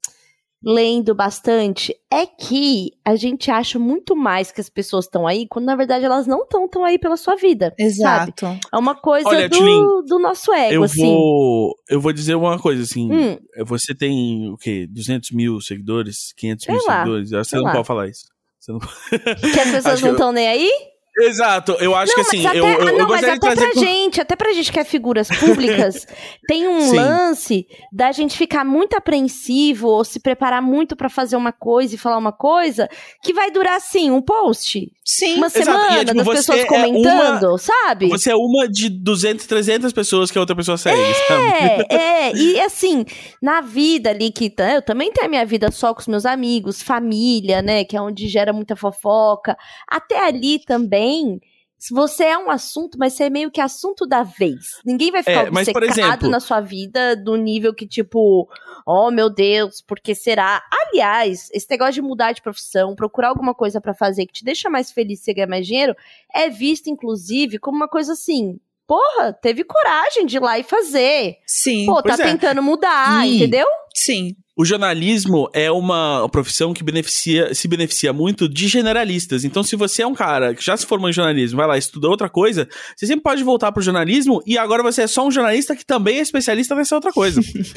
lendo bastante, é que a gente acha muito mais que as pessoas estão aí, quando na verdade elas não estão tão aí pela sua vida. Exato. Sabe? É uma coisa Olha, do, Tulin, do nosso ego, eu assim. vou, eu vou dizer uma coisa, assim, Hum. você tem, o quê, duzentos mil seguidores, quinhentos mil Sei lá, seguidores, eu acho que sei você não lá. pode falar isso. Você não... Que as pessoas Acho não que eu- estão nem aí? Exato, eu acho Não, que assim, mas até, eu, eu, ah, eu não, mas gostaria de até trazer... pra gente, até pra gente que é figuras públicas, tem um Sim. lance da gente ficar muito apreensivo ou se preparar muito pra fazer uma coisa e falar uma coisa que vai durar, assim, um post, Sim. uma exato. semana E é, tipo, das você pessoas é comentando, sabe? Você é uma de duzentas, trezentas pessoas que a outra pessoa segue, sabe? É, é, e assim, na vida ali que tá, eu também tenho a minha vida só com os meus amigos, família, né, que é onde gera muita fofoca. Até ali também, se você é um assunto, mas você é meio que assunto da vez. Ninguém vai ficar É, mas, por obcecado exemplo- na sua vida do nível que, tipo, oh meu Deus, por que será? Aliás, esse negócio de mudar de profissão, procurar alguma coisa pra fazer que te deixa mais feliz e você ganha mais dinheiro, é visto, inclusive, como uma coisa assim. Porra, teve coragem de ir lá e fazer. Sim. Pô, tá Pois é. tentando mudar, E- entendeu? Sim. O jornalismo é uma profissão que beneficia, se beneficia muito de generalistas. Então, se você é um cara que já se formou em jornalismo, vai lá e estuda outra coisa, você sempre pode voltar pro jornalismo e agora você é só um jornalista que também é especialista nessa outra coisa.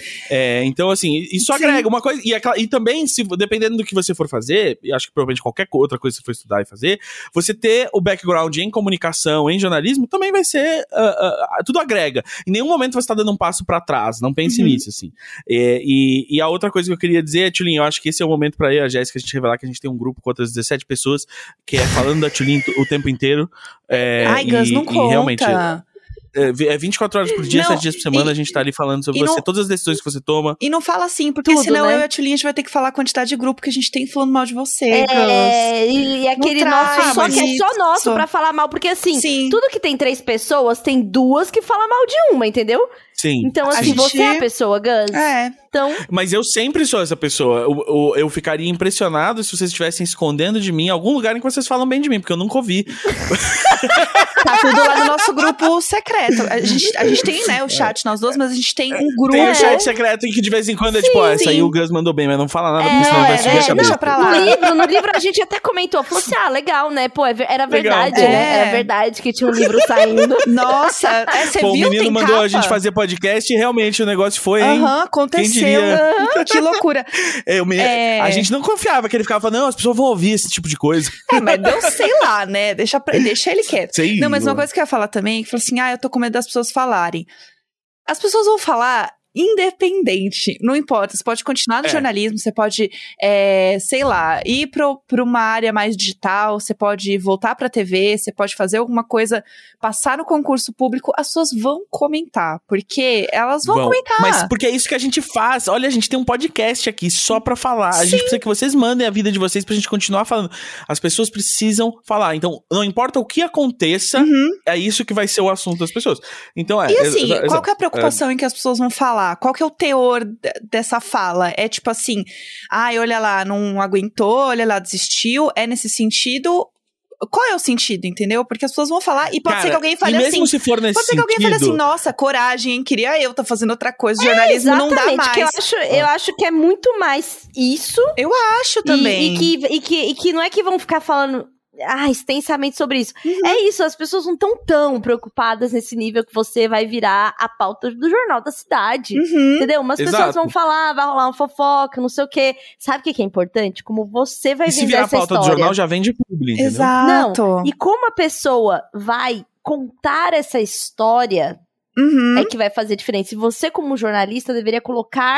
É, então, assim, isso Sim. agrega uma coisa. E, aquela- e também, se, dependendo do que você for fazer, e acho que provavelmente qualquer co- outra coisa que você for estudar e fazer, você ter o background em comunicação, em jornalismo, também vai ser. Uh, uh, tudo agrega. Em nenhum momento você tá dando um passo pra trás. Não pense Uhum. nisso, assim. É, e, e a outra coisa que eu queria dizer é, Tulin, eu acho que esse é o momento pra eu e a Jéssica a gente revelar que a gente tem um grupo com outras dezessete pessoas que é falando da Tulin o tempo inteiro. É, Ai, Gus, e- não e conta. realmente, é, é vinte e quatro horas por dia, Não, sete dias por semana, e- a gente tá ali falando sobre e você, não- todas as decisões que você toma. E não fala assim, porque Tudo, senão né? eu e a Tulin, a gente vai ter que falar a quantidade de grupo que a gente tem falando mal de você, Gus. É, e, e aquele nosso traz só que é só isso. nosso pra falar mal, porque assim, Sim. tudo que tem três pessoas, tem duas que falam mal de uma, entendeu? Sim. Então, A assim, gente- você é a pessoa, Gus. É. Então, Mas eu sempre sou essa pessoa. Eu, eu, eu ficaria impressionado se vocês estivessem escondendo de mim algum lugar em que vocês falam bem de mim, porque eu nunca ouvi. Tá tudo lá no nosso grupo secreto. A gente, a gente tem, né, o chat nós duas, mas a gente tem um grupo. Tem um chat secreto em que de vez em quando é tipo, ó, essa aí sim. o Gus mandou bem, mas não fala nada, É, porque senão vai é, subir a é, cabeça. deixa pra lá. no livro, no livro a gente até comentou, falou assim, ah, legal, né? Pô, é ver- era Legal, verdade, pô. né? É. Era verdade que tinha um livro saindo. Nossa, é, você Pô, o viu? menino Tem mandou capa? a gente fazer podcast e realmente o negócio foi, hein? Aham, aconteceu. diria? Aham, que loucura. É, o menino- É. A gente não confiava que ele ficava falando, não, as pessoas vão ouvir esse tipo de coisa. É, mas deu, sei lá, né? Deixa, pra- deixa ele quieto. Sei Não, mas uma lá. coisa que eu ia falar também, que falou assim, ah, eu tô com medo das pessoas falarem. As pessoas vão falar independente, não importa, você pode continuar no É. jornalismo, você pode, é, sei lá, ir pro, pra uma área mais digital, você pode voltar pra T V, você pode fazer alguma coisa, passar no concurso público, as pessoas vão comentar, porque elas vão, Vão. comentar. Mas porque é isso que a gente faz. Olha, a gente tem um podcast aqui só pra falar. A gente Sim. precisa que vocês mandem a vida de vocês pra gente continuar falando. As pessoas precisam falar. Então, não importa o que aconteça, Uhum. é isso que vai ser o assunto das pessoas. Então, é. E assim, exa- qual que é a exato. preocupação em que as pessoas vão falar? Qual que é o teor de- dessa fala? É tipo assim, ai, olha lá, não aguentou, olha lá, desistiu, é nesse sentido? Qual é o sentido, entendeu? Porque as pessoas vão falar e pode Cara, ser que alguém e fale mesmo assim. se for nesse Pode ser que alguém sentido, fale assim, nossa, coragem, hein? Queria eu tá fazendo outra coisa, jornalismo não dá exatamente, mais. que eu acho, eu acho que é muito mais isso. Eu acho E, também. e, que, e, que, e que não é que vão ficar falando ah, extensamente sobre isso. Uhum. É isso, as pessoas não estão tão preocupadas nesse nível que você vai virar a pauta do jornal da cidade. Uhum. Entendeu? Umas Exato. pessoas vão falar, vai rolar uma fofoca, não sei o quê. Sabe o que que é importante? Como você vai E se vender virar a essa pauta história. do jornal, já vende publi, entendeu? Exato. E como a pessoa vai contar essa história Uhum. é que vai fazer diferença. E você, como jornalista, deveria colocar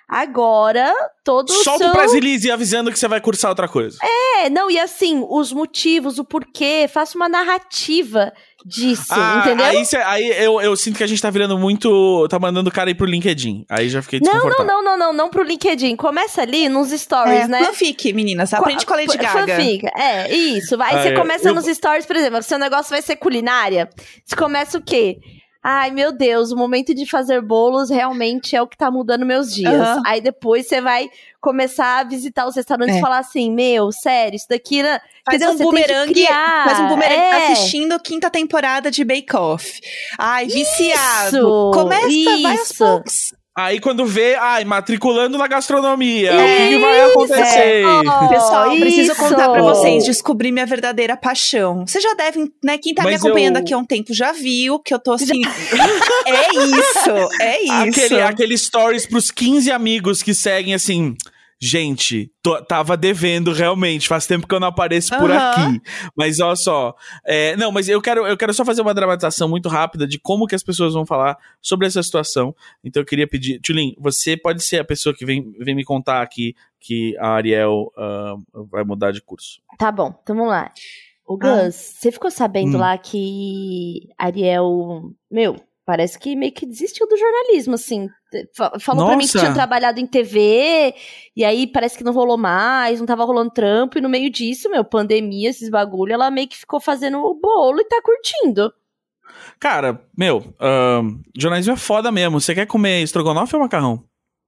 Agora, todos Solta são... o Brasilise avisando que você vai cursar outra coisa. É, não, e assim, os motivos, o porquê, faça uma narrativa disso, ah, entendeu? Aí, cê, aí eu, eu sinto que a gente tá virando muito... Tá mandando o cara ir pro LinkedIn. Aí já fiquei Não, desconfortável. não, não, não, não, não pro LinkedIn. Começa ali nos stories, é, né? Fanfic, meninas. Aprende com a Lady Gaga. Fanfic, é, isso. Aí Ah, você é, começa eu- nos stories, por exemplo, seu negócio vai ser culinária. Você começa o quê? Ai, meu Deus, o momento de fazer bolos realmente é o que tá mudando meus dias. Uhum. Aí depois você vai começar a visitar os restaurantes É. e falar assim, meu, sério, isso daqui... Né? Faz Entendeu? um Você tem que bumerangue, criar. faz um bumerangue É. assistindo quinta temporada de Bake Off. Ai, viciado. Isso, Começa, vai aos isso. poucos. Aí quando vê, ai, matriculando na gastronomia. Isso, o que, que vai acontecer? ó. Pessoal, preciso isso. contar pra vocês, descobri minha verdadeira paixão. Vocês já devem, né, quem tá me Mas acompanhando eu- aqui há um tempo já viu que eu tô assim, é isso, é isso. Aquele, aquele stories pros quinze amigos que seguem assim... Gente, tô- tava devendo realmente, faz tempo que eu não apareço por Aham. aqui. Mas olha só, é, não, mas eu quero, eu quero só fazer uma dramatização muito rápida de como que as pessoas vão falar sobre essa situação. Então eu queria pedir, Tulin, você pode ser a pessoa que vem, vem me contar aqui que a Ariel ah, vai mudar de curso. Tá bom, então vamos lá. O Ah. Gus, você ficou sabendo Hum. lá que Ariel, meu, parece que meio que desistiu do jornalismo, assim. Fa- Falou pra mim que Nossa. tinha trabalhado em T V, e aí parece que não rolou mais, não tava rolando trampo, e no meio disso, meu, pandemia, esses bagulho, ela meio que ficou fazendo o bolo e tá curtindo. Cara, meu, ahn, jornalismo é foda mesmo. Você quer comer estrogonofe ou macarrão?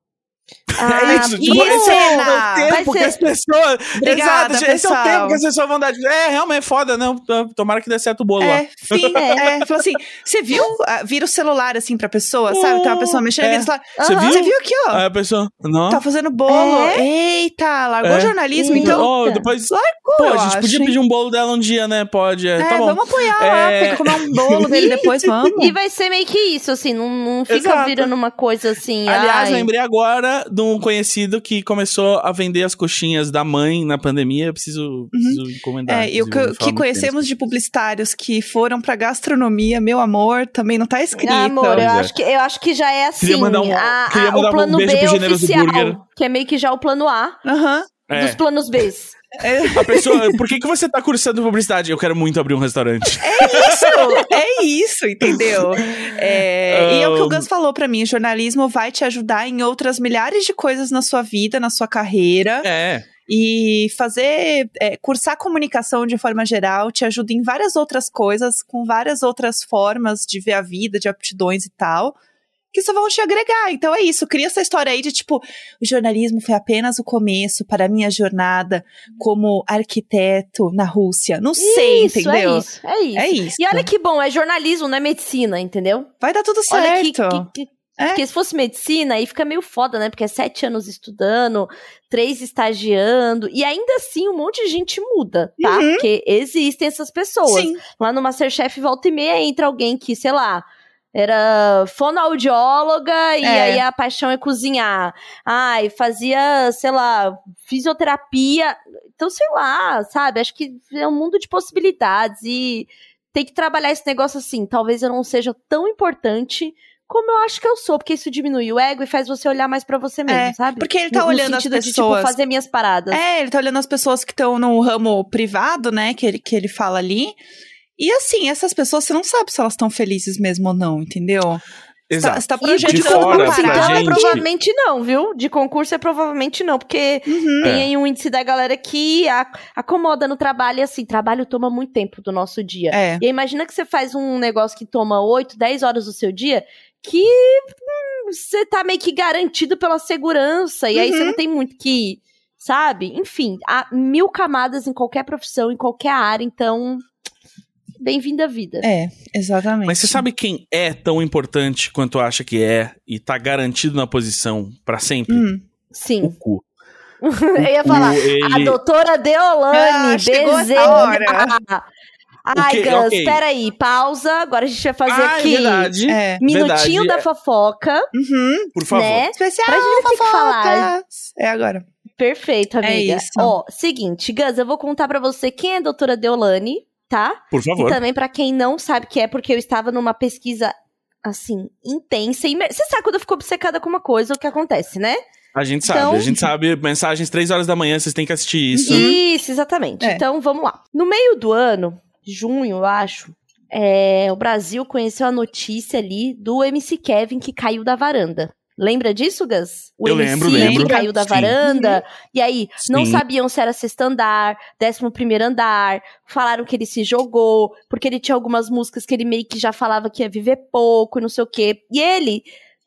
Ah, é isso, tipo, isso, esse é o Ana. tempo Vai que ser- as pessoas... Obrigada, Exato, esse é o pessoal. tempo que as pessoas vão dar... É, realmente é foda, não. Tomara que dê certo o bolo lá. É, fim, é. Falou assim, você viu? Ah, vira o celular assim pra pessoa, sabe? Tem uma pessoa mexendo É. e vira o celular. Você Aham. viu? Você viu aqui, ó? Aí a pessoa... Não. Tá fazendo bolo. Eita, largou É. o jornalismo, Ih, então. Oh, depois... Largou, Pô, eu a gente acho, podia hein? pedir um bolo dela um dia, né? Pode, é, É, tá bom. vamos apoiar lá, É. pegar comer um bolo dele depois, vamos. E vai ser meio que isso, assim, não, não fica Exato. virando uma coisa assim. Aliás, ai. lembrei agora de um conhecido que começou a vender as coxinhas da mãe na pandemia. Eu preciso, preciso encomendar. É, e o inclusive, que, eu vou falar que muito conhecemos de publicitários que foram pra gastronomia, meu amor, também não tá escrito. Ah, amor, eu Pois é. acho, que, eu acho que já é assim. Queria mandar um- a- queria a- mandar o um plano beijo B pro Generoso oficial, Burger. que é meio que já o plano A Aham. É. dos planos B. A pessoa, por que, que você tá cursando publicidade? Eu quero muito abrir um restaurante. Isso, é isso, entendeu? É, E é o que o Um. Gus falou pra mim, o jornalismo vai te ajudar em outras milhares de coisas na sua vida, na sua carreira. É. E fazer, é, cursar comunicação de forma geral te ajuda em várias outras coisas, com várias outras formas de ver a vida, de aptidões e tal, que só vão te agregar. Então é isso, cria essa história aí de tipo, o jornalismo foi apenas o começo para a minha jornada como arquiteto na Rússia. Não sei, isso, entendeu? é isso, é isso. É isso. E olha que bom, é jornalismo, não é medicina, entendeu? Vai dar tudo certo. Olha que, que, que É. Porque se fosse medicina, aí fica meio foda, né? Porque é sete anos estudando, três estagiando, e ainda assim um monte de gente muda, tá? Uhum. Porque existem essas pessoas. Sim. Lá no MasterChef, volta e meia, entra alguém que, sei lá, era fonoaudióloga e É. aí a paixão é cozinhar. Ai, fazia, sei lá, fisioterapia. Então, sei lá, sabe? Acho que é um mundo de possibilidades e tem que trabalhar esse negócio assim. Talvez eu não seja tão importante como eu acho que eu sou, porque isso diminui o ego e faz você olhar mais pra você mesmo, É, sabe? porque ele tá No- olhando no as sentido de, pessoas. tipo, fazer minhas paradas. É, ele tá olhando as pessoas que estão no ramo privado, né, que ele, que ele fala ali. E assim, essas pessoas, você não sabe se elas estão felizes mesmo ou não, entendeu? Exato. Você tá E projetando de fora, uma concurso, pra então, parada. é gente- provavelmente não, viu? De concurso é provavelmente não, porque Uhum. tem É. aí um índice da galera que a- acomoda no trabalho e assim, trabalho toma muito tempo do nosso dia. É. E aí, imagina que você faz um negócio que toma oito, dez horas do seu dia, que hum, você tá meio que garantido pela segurança, e aí Uhum. você não tem muito que, sabe? Enfim, há mil camadas em qualquer profissão, em qualquer área, então, bem-vindo à vida. É, exatamente. Mas você sabe quem é tão importante quanto acha que é e tá garantido na posição pra sempre? Hum. Sim. O cu. Eu ia falar, O- ele- a doutora Deolane Ah, chegou essa Bezerra. hora. Ai, O quê? Gus, Ok. peraí, pausa. Agora a gente vai fazer Ah, é aqui verdade. É. minutinho verdade. da fofoca, Uhum. Por favor. né? Especial Pra gente ter que falar. fofocas. É agora. Perfeito, amiga. É isso. Ó, seguinte, Gus, eu vou contar pra você quem é a doutora Deolane, tá? Por E favor. também pra quem não sabe que é, porque eu estava numa pesquisa, assim, intensa. E me- você sabe quando eu fico obcecada com uma coisa, o que acontece, né? A gente sabe, Então- a gente sabe. Mensagens três horas da manhã, vocês têm que assistir isso. Isso, exatamente. É. Então, vamos lá. No meio do ano, junho, eu acho, é, o Brasil conheceu a notícia ali do M C Kevin que caiu da varanda. Lembra disso, Gus? O Eu M C lembro, que lembro. caiu da Sim. varanda. E aí, não Sim. sabiam se era sexto andar, décimo primeiro andar. Falaram que ele se jogou, porque ele tinha algumas músicas que ele meio que já falava que ia viver pouco, não sei o quê. E ele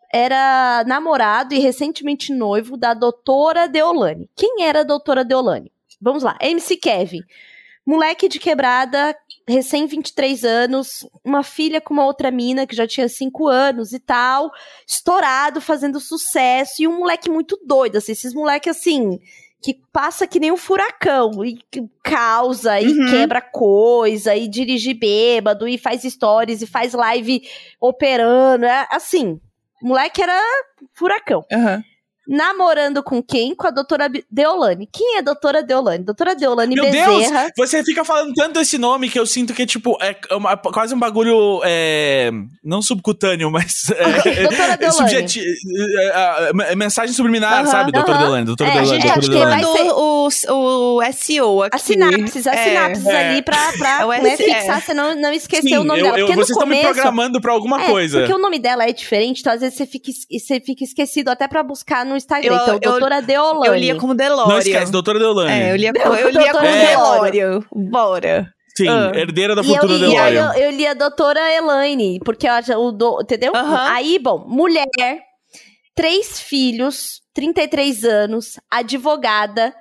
era namorado e recentemente noivo da doutora Deolane. Quem era a doutora Deolane? Vamos lá, M C Kevin. Moleque de quebrada, recém vinte e três anos, uma filha com uma outra mina que já tinha cinco anos e tal, estourado, fazendo sucesso, e um moleque muito doido, assim, esses moleques assim, que passa que nem um furacão, e que causa, e Uhum. quebra coisa, e dirige bêbado, e faz stories, e faz live operando, é assim, o moleque era furacão. Aham. Namorando com quem? Com a doutora Deolane. Quem é a doutora Deolane? Doutora Deolane Meu Bezerra. Deus! Você fica falando tanto esse nome que eu sinto que, tipo, é uma- quase um bagulho. É, não subcutâneo, mas. É, Doutora Deolane. subjeti- é, é, é, mensagem subliminar, Aham, sabe? Doutora aham. Deolane, doutora É, a Deolane, gente doutora acho que vai Deolane. ser- Mandou o, o S E O aqui. As sinapses, as É. sinapses é. ali pra, pra É o né, S- fixar, é. você não, não esquecer Sim, o nome eu, dela. eu- Porque vocês no estão me começo, programando pra alguma é, coisa. porque o nome dela é diferente, então às vezes você fica, es- você fica esquecido até pra buscar no Instagram. Eu- então, eu- doutora Deolane. Eu lia como Delório. Não esquece, doutora Deolane. É, eu lia, Não, co- eu lia como doutora Delório. Bora. Sim, Ah. herdeira da E eu, fortuna e aí Deolane. eu, eu li a doutora Elaine, porque eu acho o do, entendeu? Aham. Aí, bom, mulher, três filhos, trinta e três anos, advogada,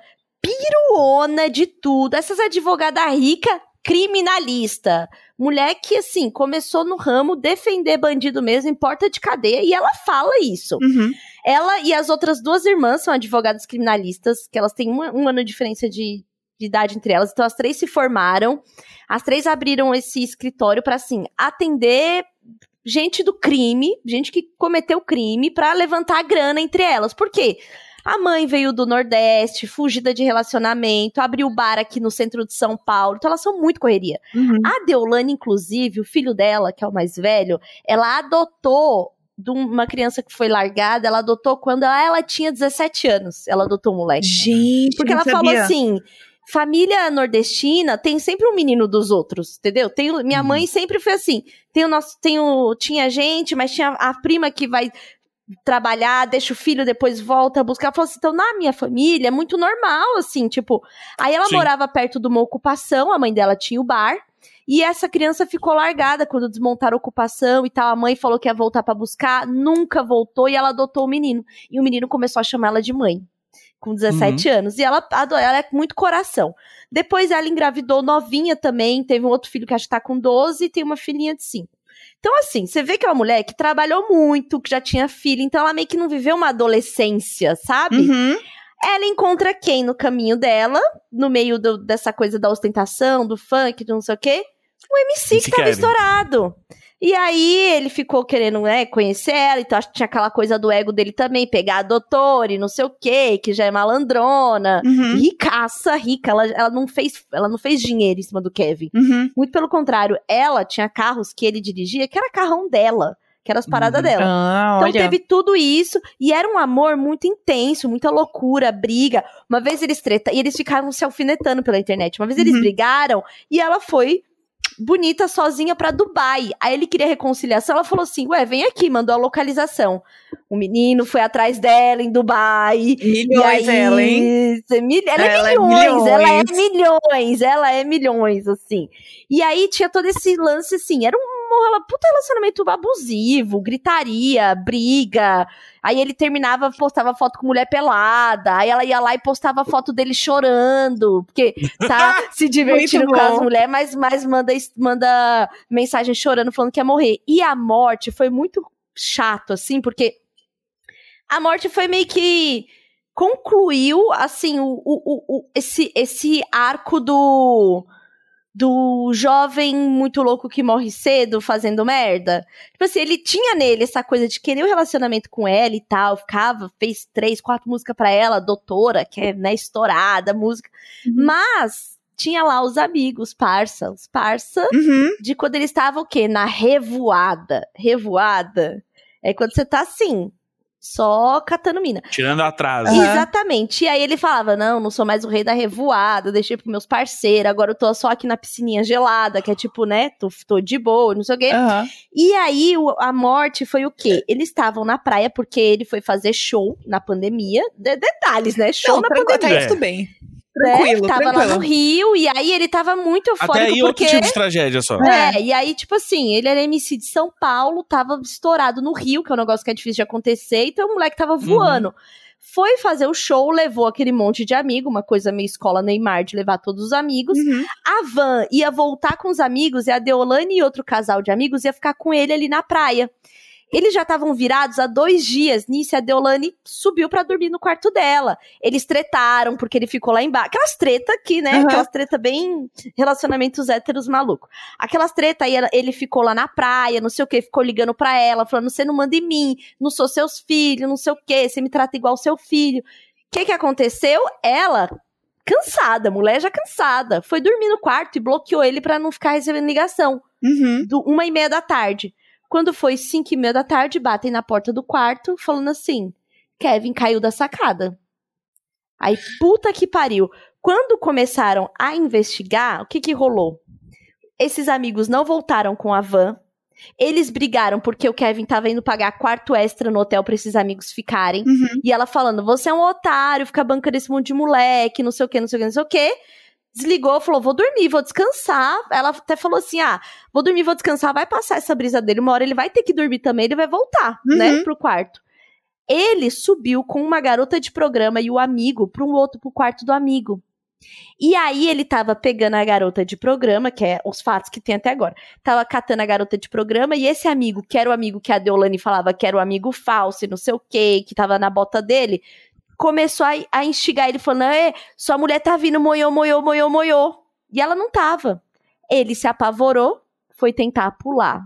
piruona de tudo. Essas advogada rica, criminalista. Mulher que, assim, começou no ramo defender bandido mesmo em porta de cadeia, e ela fala isso. Uhum. Ela e as outras duas irmãs são advogadas criminalistas, que elas têm um, um ano de diferença de, de idade entre elas, então as três se formaram, as três abriram esse escritório para, assim, atender gente do crime, gente que cometeu crime, para levantar a grana entre elas. Por quê? A mãe veio do Nordeste, fugida de relacionamento, abriu bar aqui no centro de São Paulo, então elas são muito correria. Uhum. A Deolane, inclusive, o filho dela, que é o mais velho, ela adotou de uma criança que foi largada, ela adotou quando ela, ela tinha dezessete anos. Ela adotou o moleque. Gente, Porque não ela falou sabia. assim: família nordestina tem sempre um menino dos outros, entendeu? Tem, o- minha Uhum. mãe sempre foi assim: tem o nosso, tem o, tinha gente, mas tinha a prima que vai trabalhar, deixa o filho, depois volta a buscar. Ela falou assim: então, na minha família é muito normal, assim, tipo. Aí ela Sim. morava perto de uma ocupação, a mãe dela tinha o bar. E essa criança ficou largada quando desmontaram a ocupação e tal. A mãe falou que ia voltar pra buscar, nunca voltou e ela adotou o menino. E o menino começou a chamar ela de mãe, com dezessete anos. E ela, ado- ela é muito coração. Depois ela engravidou novinha também, teve um outro filho que acho que tá com doze e tem uma filhinha de cinco. Então, assim, você vê que é uma mulher que trabalhou muito, que já tinha filho, então ela meio que não viveu uma adolescência, sabe? Uhum. Ela encontra quem no caminho dela, no meio do- dessa coisa da ostentação, do funk, do não sei o quê? O M C M C que tava Kevin. estourado. E aí ele ficou querendo, né, conhecer ela, então acho que tinha aquela coisa do ego dele também, pegar a doutora e não sei o quê, que já é malandrona. Uhum. Ricaça, rica, ela, ela, não fez, ela não fez dinheiro em cima do Kevin. Uhum. Muito pelo contrário, ela tinha carros que ele dirigia, que era carrão dela, que eram as paradas Uhum. dela. Ah, Então olha. teve tudo isso, e era um amor muito intenso, muita loucura, briga. Uma vez eles treta, e eles ficaram se alfinetando pela internet. Uma vez eles Uhum. brigaram, e ela foi bonita sozinha pra Dubai. Aí ele queria reconciliação, ela falou assim, ué, vem aqui, mandou a localização. O menino foi atrás dela em Dubai. Milhões e aí, ela, hein? cê- mil- Ela, Ela é é milhões, ela é milhões. milhões, ela é milhões, assim. E aí tinha todo esse lance, assim, era um rela- puta relacionamento abusivo, gritaria, briga. Aí ele terminava, postava foto com mulher pelada. Aí ela ia lá e postava foto dele chorando, porque tá se divertindo Muito com as bom. mulheres, mas, mas manda, manda mensagem chorando, falando que ia morrer. E a morte foi muito chato, assim, porque a morte foi meio que concluiu, assim, o, o, o, o- esse, esse arco do, do jovem muito louco que morre cedo fazendo merda. Tipo assim, ele tinha nele essa coisa de querer um relacionamento com ela e tal, ficava, fez três, quatro músicas pra ela, doutora, que é, né, estourada, música. Uhum. Mas tinha lá os amigos, parça, os parça, Uhum. de quando ele estava o quê? Na revoada. Revoada é quando você tá assim, Só catando mina. Tirando atraso. Uhum. Exatamente. E aí ele falava, não, não sou mais o rei da revoada, deixei pros meus parceiros, agora eu tô só aqui na piscininha gelada, que é tipo, né, tô, tô de boa, não sei o quê. Uhum. E aí o, a morte foi o quê? Eles estavam na praia porque ele foi fazer show na pandemia. De, detalhes, né? Show não, na tranquilo, pandemia. Tá, tudo bem. Tranquilo, né? Tava tranquilo. lá no Rio, e aí ele tava muito eufórico. Até aí porque... outro tipo de tragédia só. É, é, e aí, tipo assim, ele era M C de São Paulo, tava estourado no Rio, que é um negócio que é difícil de acontecer, então o moleque tava voando. Uhum. Foi fazer o show, levou aquele monte de amigo, uma coisa meio escola Neymar, de levar todos os amigos. Uhum. A Van ia voltar com os amigos, e a Deolane e outro casal de amigos ia ficar com ele ali na praia. Eles já estavam virados há dois dias. Nisso, a Deolane subiu pra dormir no quarto dela. Eles tretaram, porque ele ficou lá embaixo. Aquelas treta aqui, né? Uhum. Aquelas treta bem relacionamentos héteros malucos. Aquelas treta aí, ele ficou lá na praia, não sei o quê, ficou ligando pra ela, falando, você não manda em mim, não sou seus filhos, não sei o quê, você me trata igual seu filho. O que que aconteceu? Ela, cansada, mulher já cansada, foi dormir no quarto e bloqueou ele pra não ficar recebendo ligação. Uhum. Do uma e meia da tarde. Quando foi cinco e meia da tarde, batem na porta do quarto, falando assim, Kevin caiu da sacada. Aí, puta que pariu. Quando começaram a investigar, o que que rolou? Esses amigos não voltaram com a van. Eles brigaram porque o Kevin tava indo pagar quarto extra no hotel pra esses amigos ficarem. Uhum. E ela falando, você é um otário, fica bancando esse monte de moleque, não sei o que, não sei o que, não sei o que. Desligou, falou, vou dormir, vou descansar. Ela até falou assim, ah, vou dormir, vou descansar, vai passar essa brisa dele, uma hora ele vai ter que dormir também, ele vai voltar, uhum. né, pro quarto. Ele subiu com uma garota de programa e o amigo pro um outro, pro quarto do amigo. E aí ele tava pegando a garota de programa, que é os fatos que tem até agora, tava catando a garota de programa, e esse amigo, que era o amigo que a Deolane falava que era o amigo falso e não sei o quê, que tava na bota dele, começou a, a instigar ele, falando, é, sua mulher tá vindo, moiô, moiô, moiô, moiô. E ela não tava. Ele se apavorou, foi tentar pular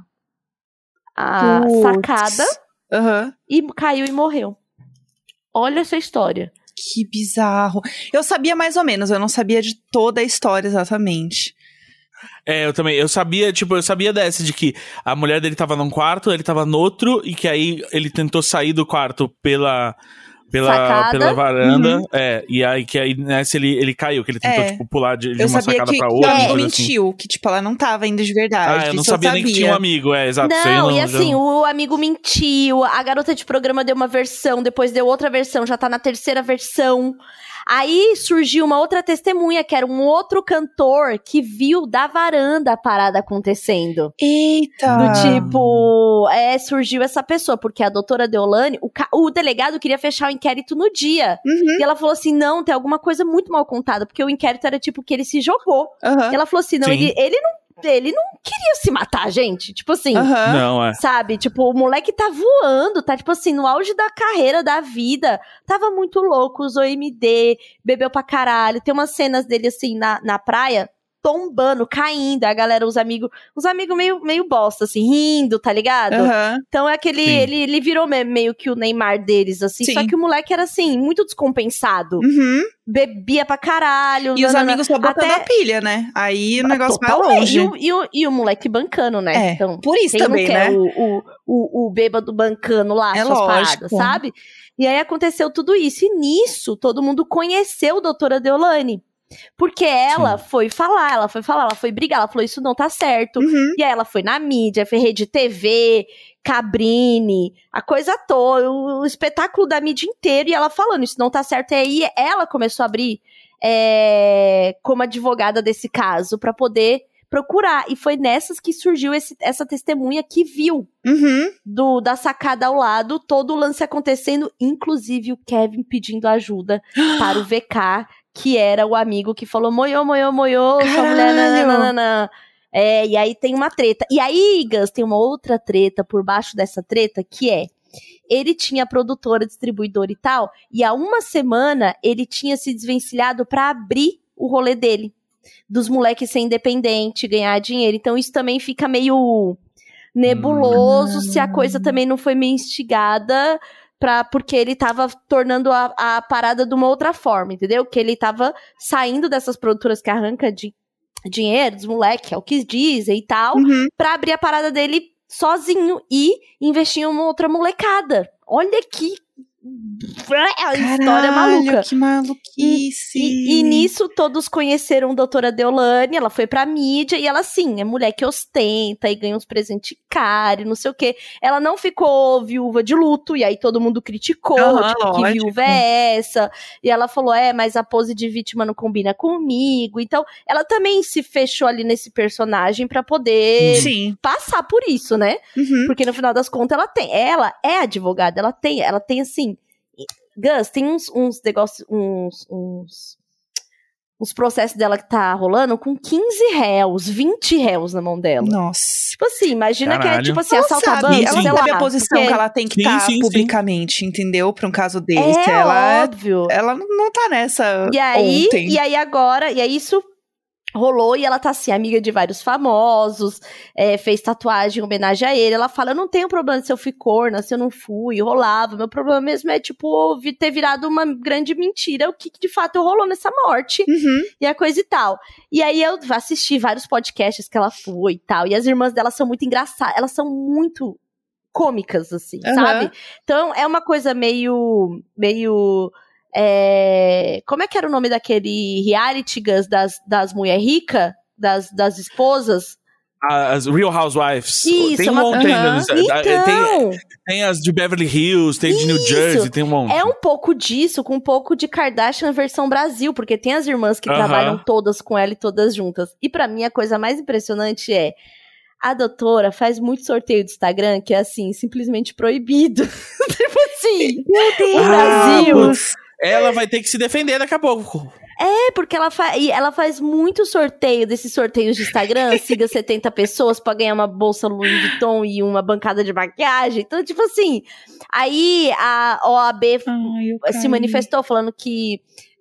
a Putz. sacada uhum. e caiu e morreu. Olha essa história. Que bizarro. Eu sabia mais ou menos, eu não sabia de toda a história exatamente. É, eu também, eu sabia, tipo, eu sabia dessa, de que a mulher dele tava num quarto, ele tava no outro, e que aí ele tentou sair do quarto pela... Pela, pela varanda, uhum. é, e aí que aí nessa ele, ele caiu, que ele tentou, é. tipo, pular de, de uma sacada que, pra outra. Eu sabia que o amigo assim. mentiu, que, tipo, ela não tava indo de verdade. Ah, eu não sabia, eu nem que tinha um amigo, é, exato. Não, não e assim, já... o amigo mentiu, a garota de programa deu uma versão, depois deu outra versão, já tá na terceira versão. Aí surgiu uma outra testemunha, que era um outro cantor que viu da varanda a parada acontecendo. Eita! Do tipo, é, surgiu essa pessoa, porque a doutora Deolane, o, ca- o delegado queria fechar o inquérito no dia. Uhum. E ela falou assim, não, tem alguma coisa muito mal contada, porque o inquérito era tipo que ele se jogou. Uhum. E ela falou assim, não, ele, ele não ele não queria se matar, gente. Tipo assim, uhum. não, é. sabe? Tipo, o moleque tá voando, tá, tipo assim, no auge da carreira, da vida. Tava muito louco, usou M D, bebeu pra caralho. Tem umas cenas dele, assim, na, na praia, tombando, caindo. A galera, os amigos, os amigos meio, meio bosta, assim, rindo, tá ligado? Uhum. Então é aquele, ele, ele virou me, meio que o Neymar deles, assim. Sim. Só que o moleque era, assim, muito descompensado. Uhum. Bebia pra caralho. E não, os não, amigos só botando até... a pilha, né? Aí o negócio vai Totalmente. longe. E o, e, o, e o moleque bancando, né? É, então, por isso quem também, não quer né? O, o, o, o bêbado bancando lá, é suas lógico. paradas, sabe? E aí aconteceu tudo isso. E nisso, todo mundo conheceu a doutora Deolane. Porque ela Sim. foi falar, ela foi falar, ela foi brigar, ela falou, isso não tá certo. Uhum. E aí ela foi na mídia, foi rede T V, Cabrini, a coisa toda, o, o espetáculo da mídia inteira, e ela falando, isso não tá certo. E aí ela começou a abrir é, como advogada desse caso, pra poder procurar. E foi nessas que surgiu esse, essa testemunha que viu uhum. do, da sacada ao lado, todo o lance acontecendo, inclusive o Kevin pedindo ajuda para o V K, que era o amigo que falou, moiô, moiô, moiô, sua mulher, nananana. É, e aí tem uma treta. E aí, Gus, tem uma outra treta por baixo dessa treta, que é, ele tinha produtora, distribuidora e tal, e há uma semana ele tinha se desvencilhado pra abrir o rolê dele, dos moleques ser independente, ganhar dinheiro. Então isso também fica meio nebuloso, hum. se a coisa também não foi meio instigada, Pra, porque ele tava tornando a, a parada de uma outra forma, entendeu? Que ele tava saindo dessas produtoras que arranca de dinheiro dos moleques, é o que dizem e tal, uhum. pra abrir a parada dele sozinho e investir em uma outra molecada. Olha que a história maluca. Que maluquice. E, e, e nisso todos conheceram a doutora Deolane, ela foi pra mídia e ela, assim, é mulher que ostenta e ganha uns presentes caros, não sei o quê. Ela não ficou viúva de luto, e aí todo mundo criticou, uhum, tipo, que viúva é essa? E ela falou, é, mas a pose de vítima não combina comigo. Então, ela também se fechou ali nesse personagem pra poder Sim. passar por isso, né? Uhum. Porque no final das contas, ela tem, ela é advogada, ela tem, ela tem assim, Gus, tem uns, uns negócios, uns, uns, uns processos dela que tá rolando com quinze réus, vinte réus na mão dela. Nossa. Tipo assim, imagina Caralho. que é tipo assim, Ela assalto sabe, a banco, ela sei sabe lá, a posição porque que ela tem que Sim, estar sim, sim. publicamente, entendeu? Pra um caso desse. é ela, óbvio. ela não tá nessa E aí, ontem. e aí agora, e aí isso rolou e ela tá assim, amiga de vários famosos, é, fez tatuagem em homenagem a ele. Ela fala, eu não tenho problema se eu fui corna, se eu não fui, rolava. Meu problema mesmo é, tipo, ter virado uma grande mentira o que de fato rolou nessa morte. Uhum. E a coisa e tal. E aí eu assisti vários podcasts que ela foi e tal. E as irmãs dela são muito engraçadas, elas são muito cômicas, assim, Uhum. sabe? Então é uma coisa meio... meio É... Como é que era o nome daquele reality, Gus, das, das mulher rica, das, das esposas? As Real Housewives. Isso, tem um uma... monte ainda. Uhum. Então, tem, tem as de Beverly Hills, tem de New isso. Jersey, tem um monte. É um pouco disso, com um pouco de Kardashian versão Brasil, porque tem as irmãs que Uhum. trabalham todas com ela e todas juntas. E pra mim a coisa mais impressionante é a doutora faz muito sorteio do Instagram que é assim, simplesmente proibido. Tipo assim, Meu Deus. o Brasil... Ah, ela vai ter que se defender daqui a pouco. É, porque ela, fa e ela faz muito sorteio desses sorteios de Instagram, siga setenta pessoas pra ganhar uma bolsa Louis Vuitton e uma bancada de maquiagem. Então, tipo assim, aí a O A B Ai, se manifestou falando que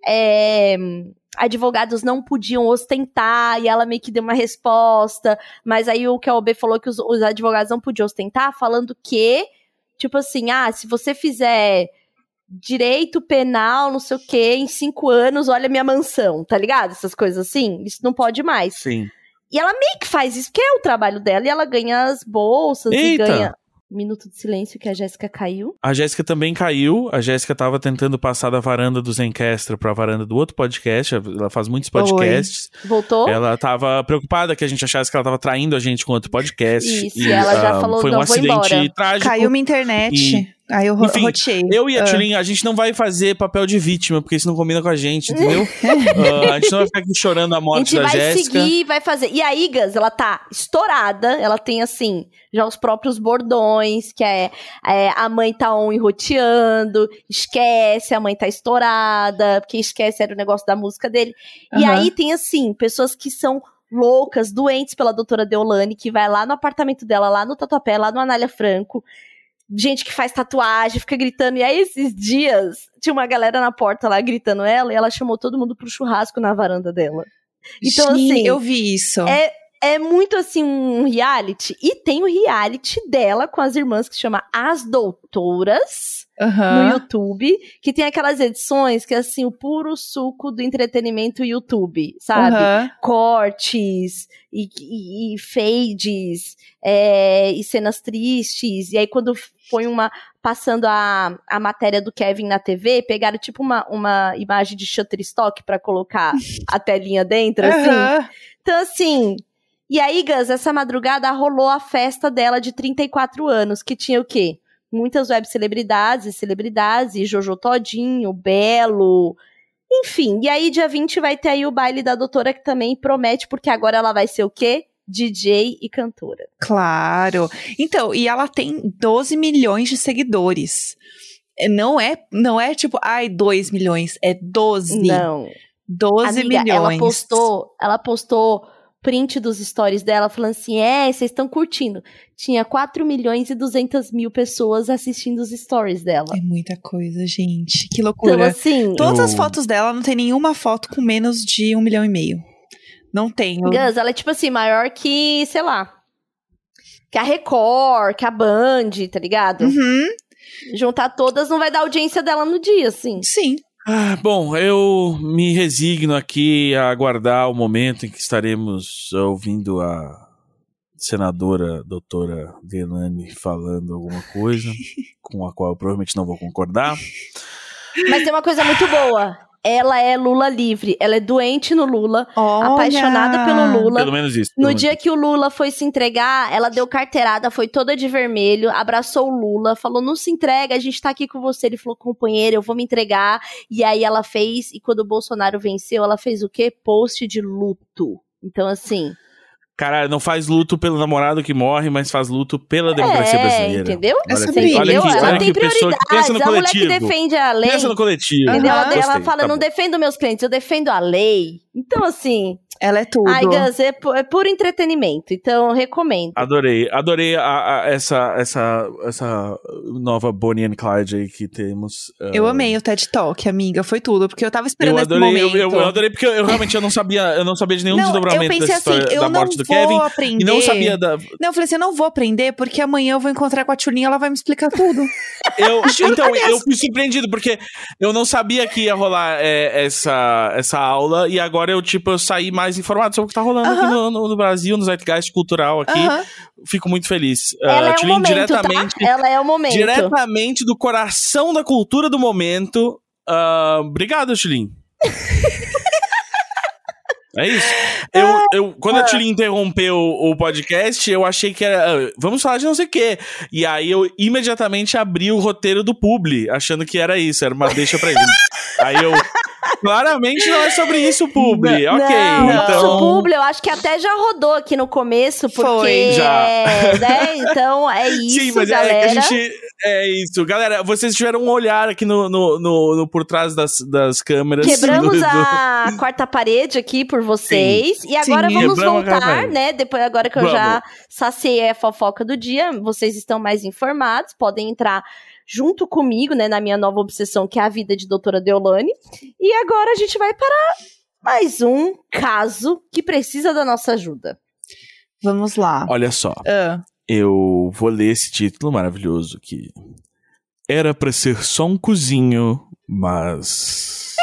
é, advogados não podiam ostentar, e ela meio que deu uma resposta, mas aí o que a O A B falou que os, os advogados não podiam ostentar, falando que, tipo assim, ah, se você fizer... direito penal, não sei o quê, em cinco anos, olha minha mansão, tá ligado? Essas coisas assim, isso não pode mais. Sim. E ela meio que faz isso, que é o trabalho dela, e ela ganha as bolsas Eita. e ganha... Minuto de silêncio que a Jéssica caiu. A Jéssica também caiu. A Jéssica tava tentando passar da varanda do Zencastro pra varanda do outro podcast. Ela faz muitos podcasts. Oi. Voltou? Ela tava preocupada que a gente achasse que ela tava traindo a gente com outro podcast. Isso, e ela já ah, falou, foi um não, vou acidente embora. trágico. Caiu minha internet. E... Aí eu ro Enfim, roteei. eu e a Ah. Tulin, a gente não vai fazer papel de vítima, porque isso não combina com a gente, entendeu? uh, a gente não vai ficar aqui chorando a A morte gente da vai Jéssica. seguir e vai fazer. E a Igas, ela tá estourada. Ela tem, assim, já os próprios bordões, que é, é a mãe tá on e roteando, esquece, a mãe tá estourada, porque esquece era o negócio da música dele. E Uhum. aí tem, assim, pessoas que são loucas, doentes pela doutora Deolane, que vai lá no apartamento dela, lá no Tatuapé, lá no Anália Franco. Gente que faz tatuagem, fica gritando. E aí, esses dias, tinha uma galera na porta lá gritando ela, e ela chamou todo mundo pro churrasco na varanda dela. Então, Sim, assim, eu vi isso. É, é muito, assim, um reality. E tem o reality dela com as irmãs que chama As Doutoras, Uhum. no YouTube, que tem aquelas edições que é, assim, o puro suco do entretenimento YouTube, sabe? Uhum. Cortes e, e, e fades é, e cenas tristes. E aí, quando põe uma... Passando a, a matéria do Kevin na T V, pegaram, tipo, uma, uma imagem de Shutterstock pra colocar a telinha dentro, assim. Uhum. Então, assim... E aí, Gus, essa madrugada rolou a festa dela de trinta e quatro anos, que tinha o quê? Muitas web celebridades e celebridades, e Jojo Todinho, Belo, enfim. E aí, dia vinte, vai ter aí o baile da doutora, que também promete, porque agora ela vai ser o quê? D J e cantora. Claro. Então, e ela tem doze milhões de seguidores. Não é, não é tipo, ai, dois milhões, é doze. Não. doze Amiga, milhões. ela postou, ela postou print dos stories dela, falando assim, é, vocês estão curtindo. Tinha quatro milhões e duzentas mil pessoas assistindo os stories dela. É muita coisa, gente. Que loucura. Então, assim... Todas Eu- as fotos dela, não tem nenhuma foto com menos de um milhão e meio. Não tem. Eu- Gus, ela é tipo assim, maior que, sei lá, que a Record, que a Band, tá ligado? Uhum, Juntar todas não vai dar audiência dela no dia, assim. sim. Ah, bom, eu me resigno aqui a aguardar o momento em que estaremos ouvindo a senadora doutora Delane falando alguma coisa com a qual eu provavelmente não vou concordar. Mas tem uma coisa muito boa. Ela é Lula livre. Ela é doente no Lula. Olha. Apaixonada pelo Lula. Pelo menos isso. No menos dia isso. que o Lula foi se entregar, ela deu carteirada, foi toda de vermelho, abraçou o Lula, falou, não se entrega, a gente tá aqui com você. Ele falou, companheiro, eu vou me entregar. E aí ela fez, e quando o Bolsonaro venceu, ela fez o quê? Post de luto. Então, assim... Caralho, não faz luto pelo namorado que morre, mas faz luto pela democracia é, brasileira. Entendeu? É Olha sobre aqui, isso. olha aqui, Ela olha tem aqui, pessoa que pensa no prioridades. A mulher coletivo. que defende a lei. Pensa no coletivo. Entendeu? Aham. Ela, ela Gostei, fala, tá não bom. defendo meus clientes, eu defendo a lei. Então, assim... Ela é tudo. Ai, Gus, é, pu- é puro entretenimento. Então, eu recomendo. Adorei, adorei a, a, essa, essa, essa nova Bonnie and Clyde aí que temos. uh, Eu amei o TED Talk, amiga. Foi tudo, porque eu tava esperando Eu esse adorei, eu, momento. eu, eu adorei porque eu, eu realmente eu não sabia, eu não sabia de nenhum não, eu desdobramento pensei dessa assim, história eu da não morte do vou Kevin. aprender. E não sabia da. Não, eu falei assim, eu não vou aprender, porque amanhã eu vou encontrar com a Tchulinha, ela vai me explicar tudo. Eu, então, mesmo. eu fui surpreendido, porque eu não sabia que ia rolar é, essa, essa aula, e agora eu, tipo, eu saí mais informado sobre o que tá rolando aqui no, no, no Brasil, no zeitgeist cultural aqui. Aham. Fico muito feliz. Ela Uh, é o Tchulin, momento, diretamente, tá? Ela é o momento. diretamente do coração da cultura do momento. Uh, obrigado, Tchulin. É isso. Eu, eu, quando a Tchulin interrompeu o podcast, eu achei que era. ah, Vamos falar de não sei o quê. E aí eu imediatamente abri o roteiro do Publi, achando que era isso, era uma deixa pra ele. Aí eu. Claramente não é sobre isso, Publi. Ok, não, então. Nosso publi, eu acho que até já rodou aqui no começo, porque... Foi, já. É, né? Então, é isso, Sim, mas galera. é que a gente. É isso. Galera, vocês tiveram um olhar aqui no, no, no, no por trás das, das câmeras. Quebramos do- do- a quarta parede aqui por vocês. E agora Sim, vamos quebramos a quarta voltar, parede. né? Depois, agora que eu Vamos. já saciei a fofoca do dia, vocês estão mais informados, podem entrar junto comigo, né, na minha nova obsessão, que é a vida de doutora Deolane. E agora a gente vai para mais um caso que precisa da nossa ajuda. Vamos lá. Olha só. Ah, Eu vou ler esse título maravilhoso aqui. Era pra ser só um cozinho, mas...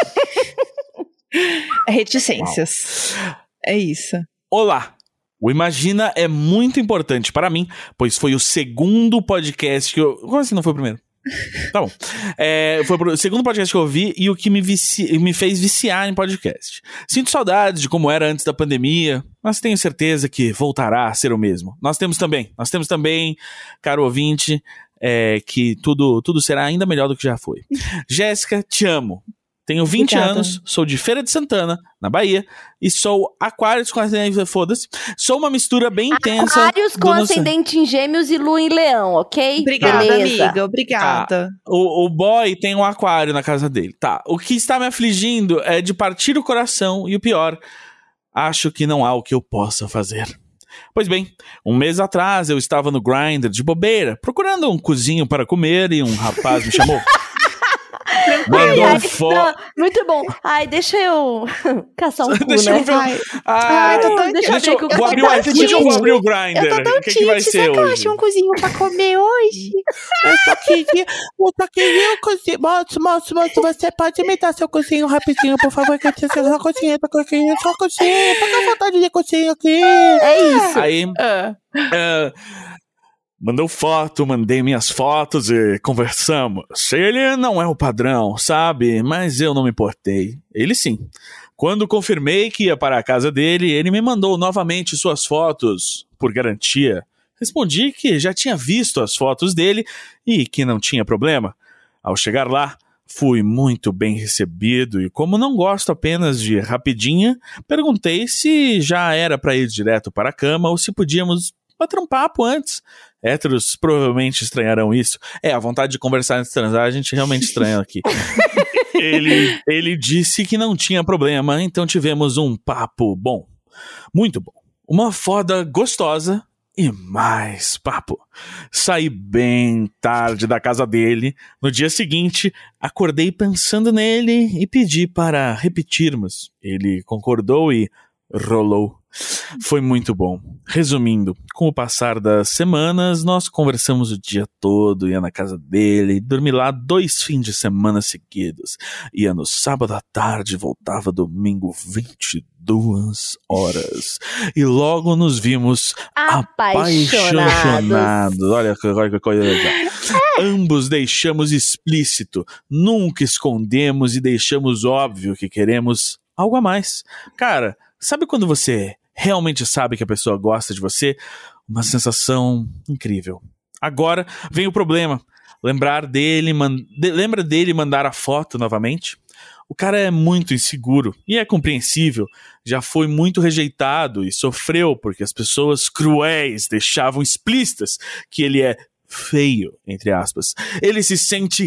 é reticências. É isso. Olá! O Imagina é muito importante para mim, pois foi o segundo podcast que eu... Como assim não foi o primeiro? Tá bom. É, foi o segundo podcast que eu ouvi e o que me, vici... me fez viciar em podcast. Sinto saudades de como era antes da pandemia, mas tenho certeza que voltará a ser o mesmo. Nós temos também, nós temos também, caro ouvinte, é, que tudo, tudo será ainda melhor do que já foi. Jéssica, te amo. Tenho vinte Obrigada. anos, sou de Feira de Santana, na Bahia, e sou Aquários com ascendente, foda-se. Sou uma mistura bem intensa. Aquários do com nosso- ascendente em gêmeos e lua em leão, ok? Obrigada, Beleza. amiga. Obrigada. O, o boy tem um aquário na casa dele. Tá, o que está me afligindo é de partir o coração e o pior, acho que não há o que eu possa fazer. Pois bem, um mês atrás eu estava no Grindr de bobeira, procurando um cozinho para comer e um rapaz me chamou. Mandou Ai, um fo... não, muito bom. Ai, deixa eu caçar um cu, Deixa né? eu ver. Ai, Ah, ai, tô tão deixa eu deixa ver eu, que eu vou abrir o quero iFood ou vou abrir o Grindr? eu tô tão O que, que vai tite, ser será que eu hoje? acho um cozinho pra comer hoje? Eu só queria, eu só queria um cozinho. Moço, moço, moço, você pode me dar seu cozinho rapidinho, por favor, que eu tinha só cozinho, só cozinho, só cozinho. Tô com vontade de cozinho aqui. É isso. Aí, Ah, é, mandou foto, mandei minhas fotos e conversamos. Ele não é o padrão, sabe? Mas eu não me importei. Ele sim. Quando confirmei que ia para a casa dele, ele me mandou novamente suas fotos, por garantia. Respondi que já tinha visto as fotos dele e que não tinha problema. Ao chegar lá, fui muito bem recebido e, como não gosto apenas de rapidinha, perguntei se já era para ir direto para a cama ou se podíamos bater um papo antes. Héteros provavelmente estranharão isso. É, a vontade de conversar antes de transar, a gente realmente estranha aqui. ele, ele disse que não tinha problema, então tivemos um papo bom. Muito bom. Uma foda gostosa e mais papo. Saí bem tarde da casa dele. No dia seguinte, acordei pensando nele e pedi para repetirmos. Ele concordou e rolou. Foi muito bom. Resumindo, com o passar das semanas, nós conversamos o dia todo, ia na casa dele, dormi lá dois fins de semana seguidos. Ia no sábado à tarde, voltava domingo vinte e duas horas. E logo nos vimos Apaixonados. apaixonados. Olha que coisa legal. Ambos deixamos explícito, nunca escondemos e deixamos óbvio que queremos algo a mais. Cara, sabe quando você realmente sabe que a pessoa gosta de você? Uma sensação incrível. Agora vem o problema. Lembrar dele, man... de... Lembra dele mandar a foto novamente? O cara é muito inseguro e é compreensível. Já foi muito rejeitado e sofreu porque as pessoas cruéis deixavam explícitas que ele é feio, entre aspas. Ele se sente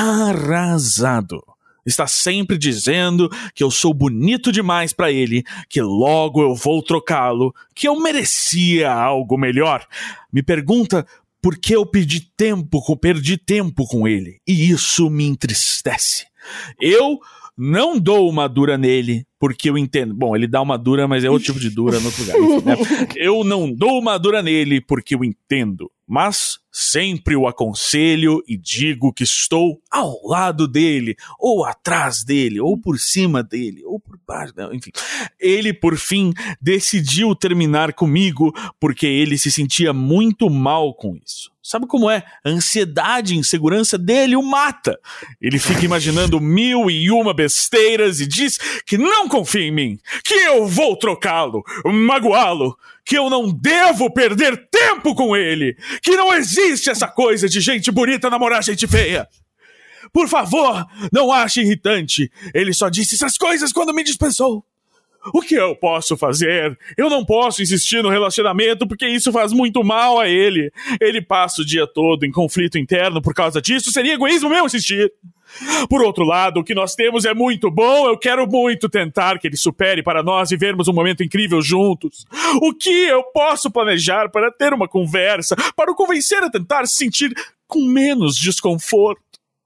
arrasado. Está sempre dizendo que eu sou bonito demais pra ele, que logo eu vou trocá-lo, que eu merecia algo melhor. Me pergunta por que eu perdi tempo, perdi tempo com ele, e isso me entristece. Eu não dou uma dura nele, porque eu entendo. Bom, ele dá uma dura, mas é outro tipo de dura no outro lugar. Enfim, né? Eu não dou uma dura nele, porque eu entendo. Mas sempre o aconselho e digo que estou ao lado dele, ou atrás dele, ou por cima dele, ou por baixo, enfim. Ele, por fim, decidiu terminar comigo porque ele se sentia muito mal com isso. Sabe como é? A ansiedade e insegurança dele o mata. Ele fica imaginando mil e uma besteiras e diz que não confia em mim, que eu vou trocá-lo, magoá-lo, que eu não devo perder tempo com ele, que não existe essa coisa de gente bonita namorar gente feia. Por favor, não ache irritante. Ele só disse essas coisas quando me dispensou. O que eu posso fazer? Eu não posso insistir no relacionamento porque isso faz muito mal a ele. Ele passa o dia todo em conflito interno por causa disso. Seria egoísmo meu insistir. Por outro lado, o que nós temos é muito bom. Eu quero muito tentar que ele supere para nós vivermos um momento incrível juntos. O que eu posso planejar para ter uma conversa, para o convencer a tentar se sentir com menos desconforto?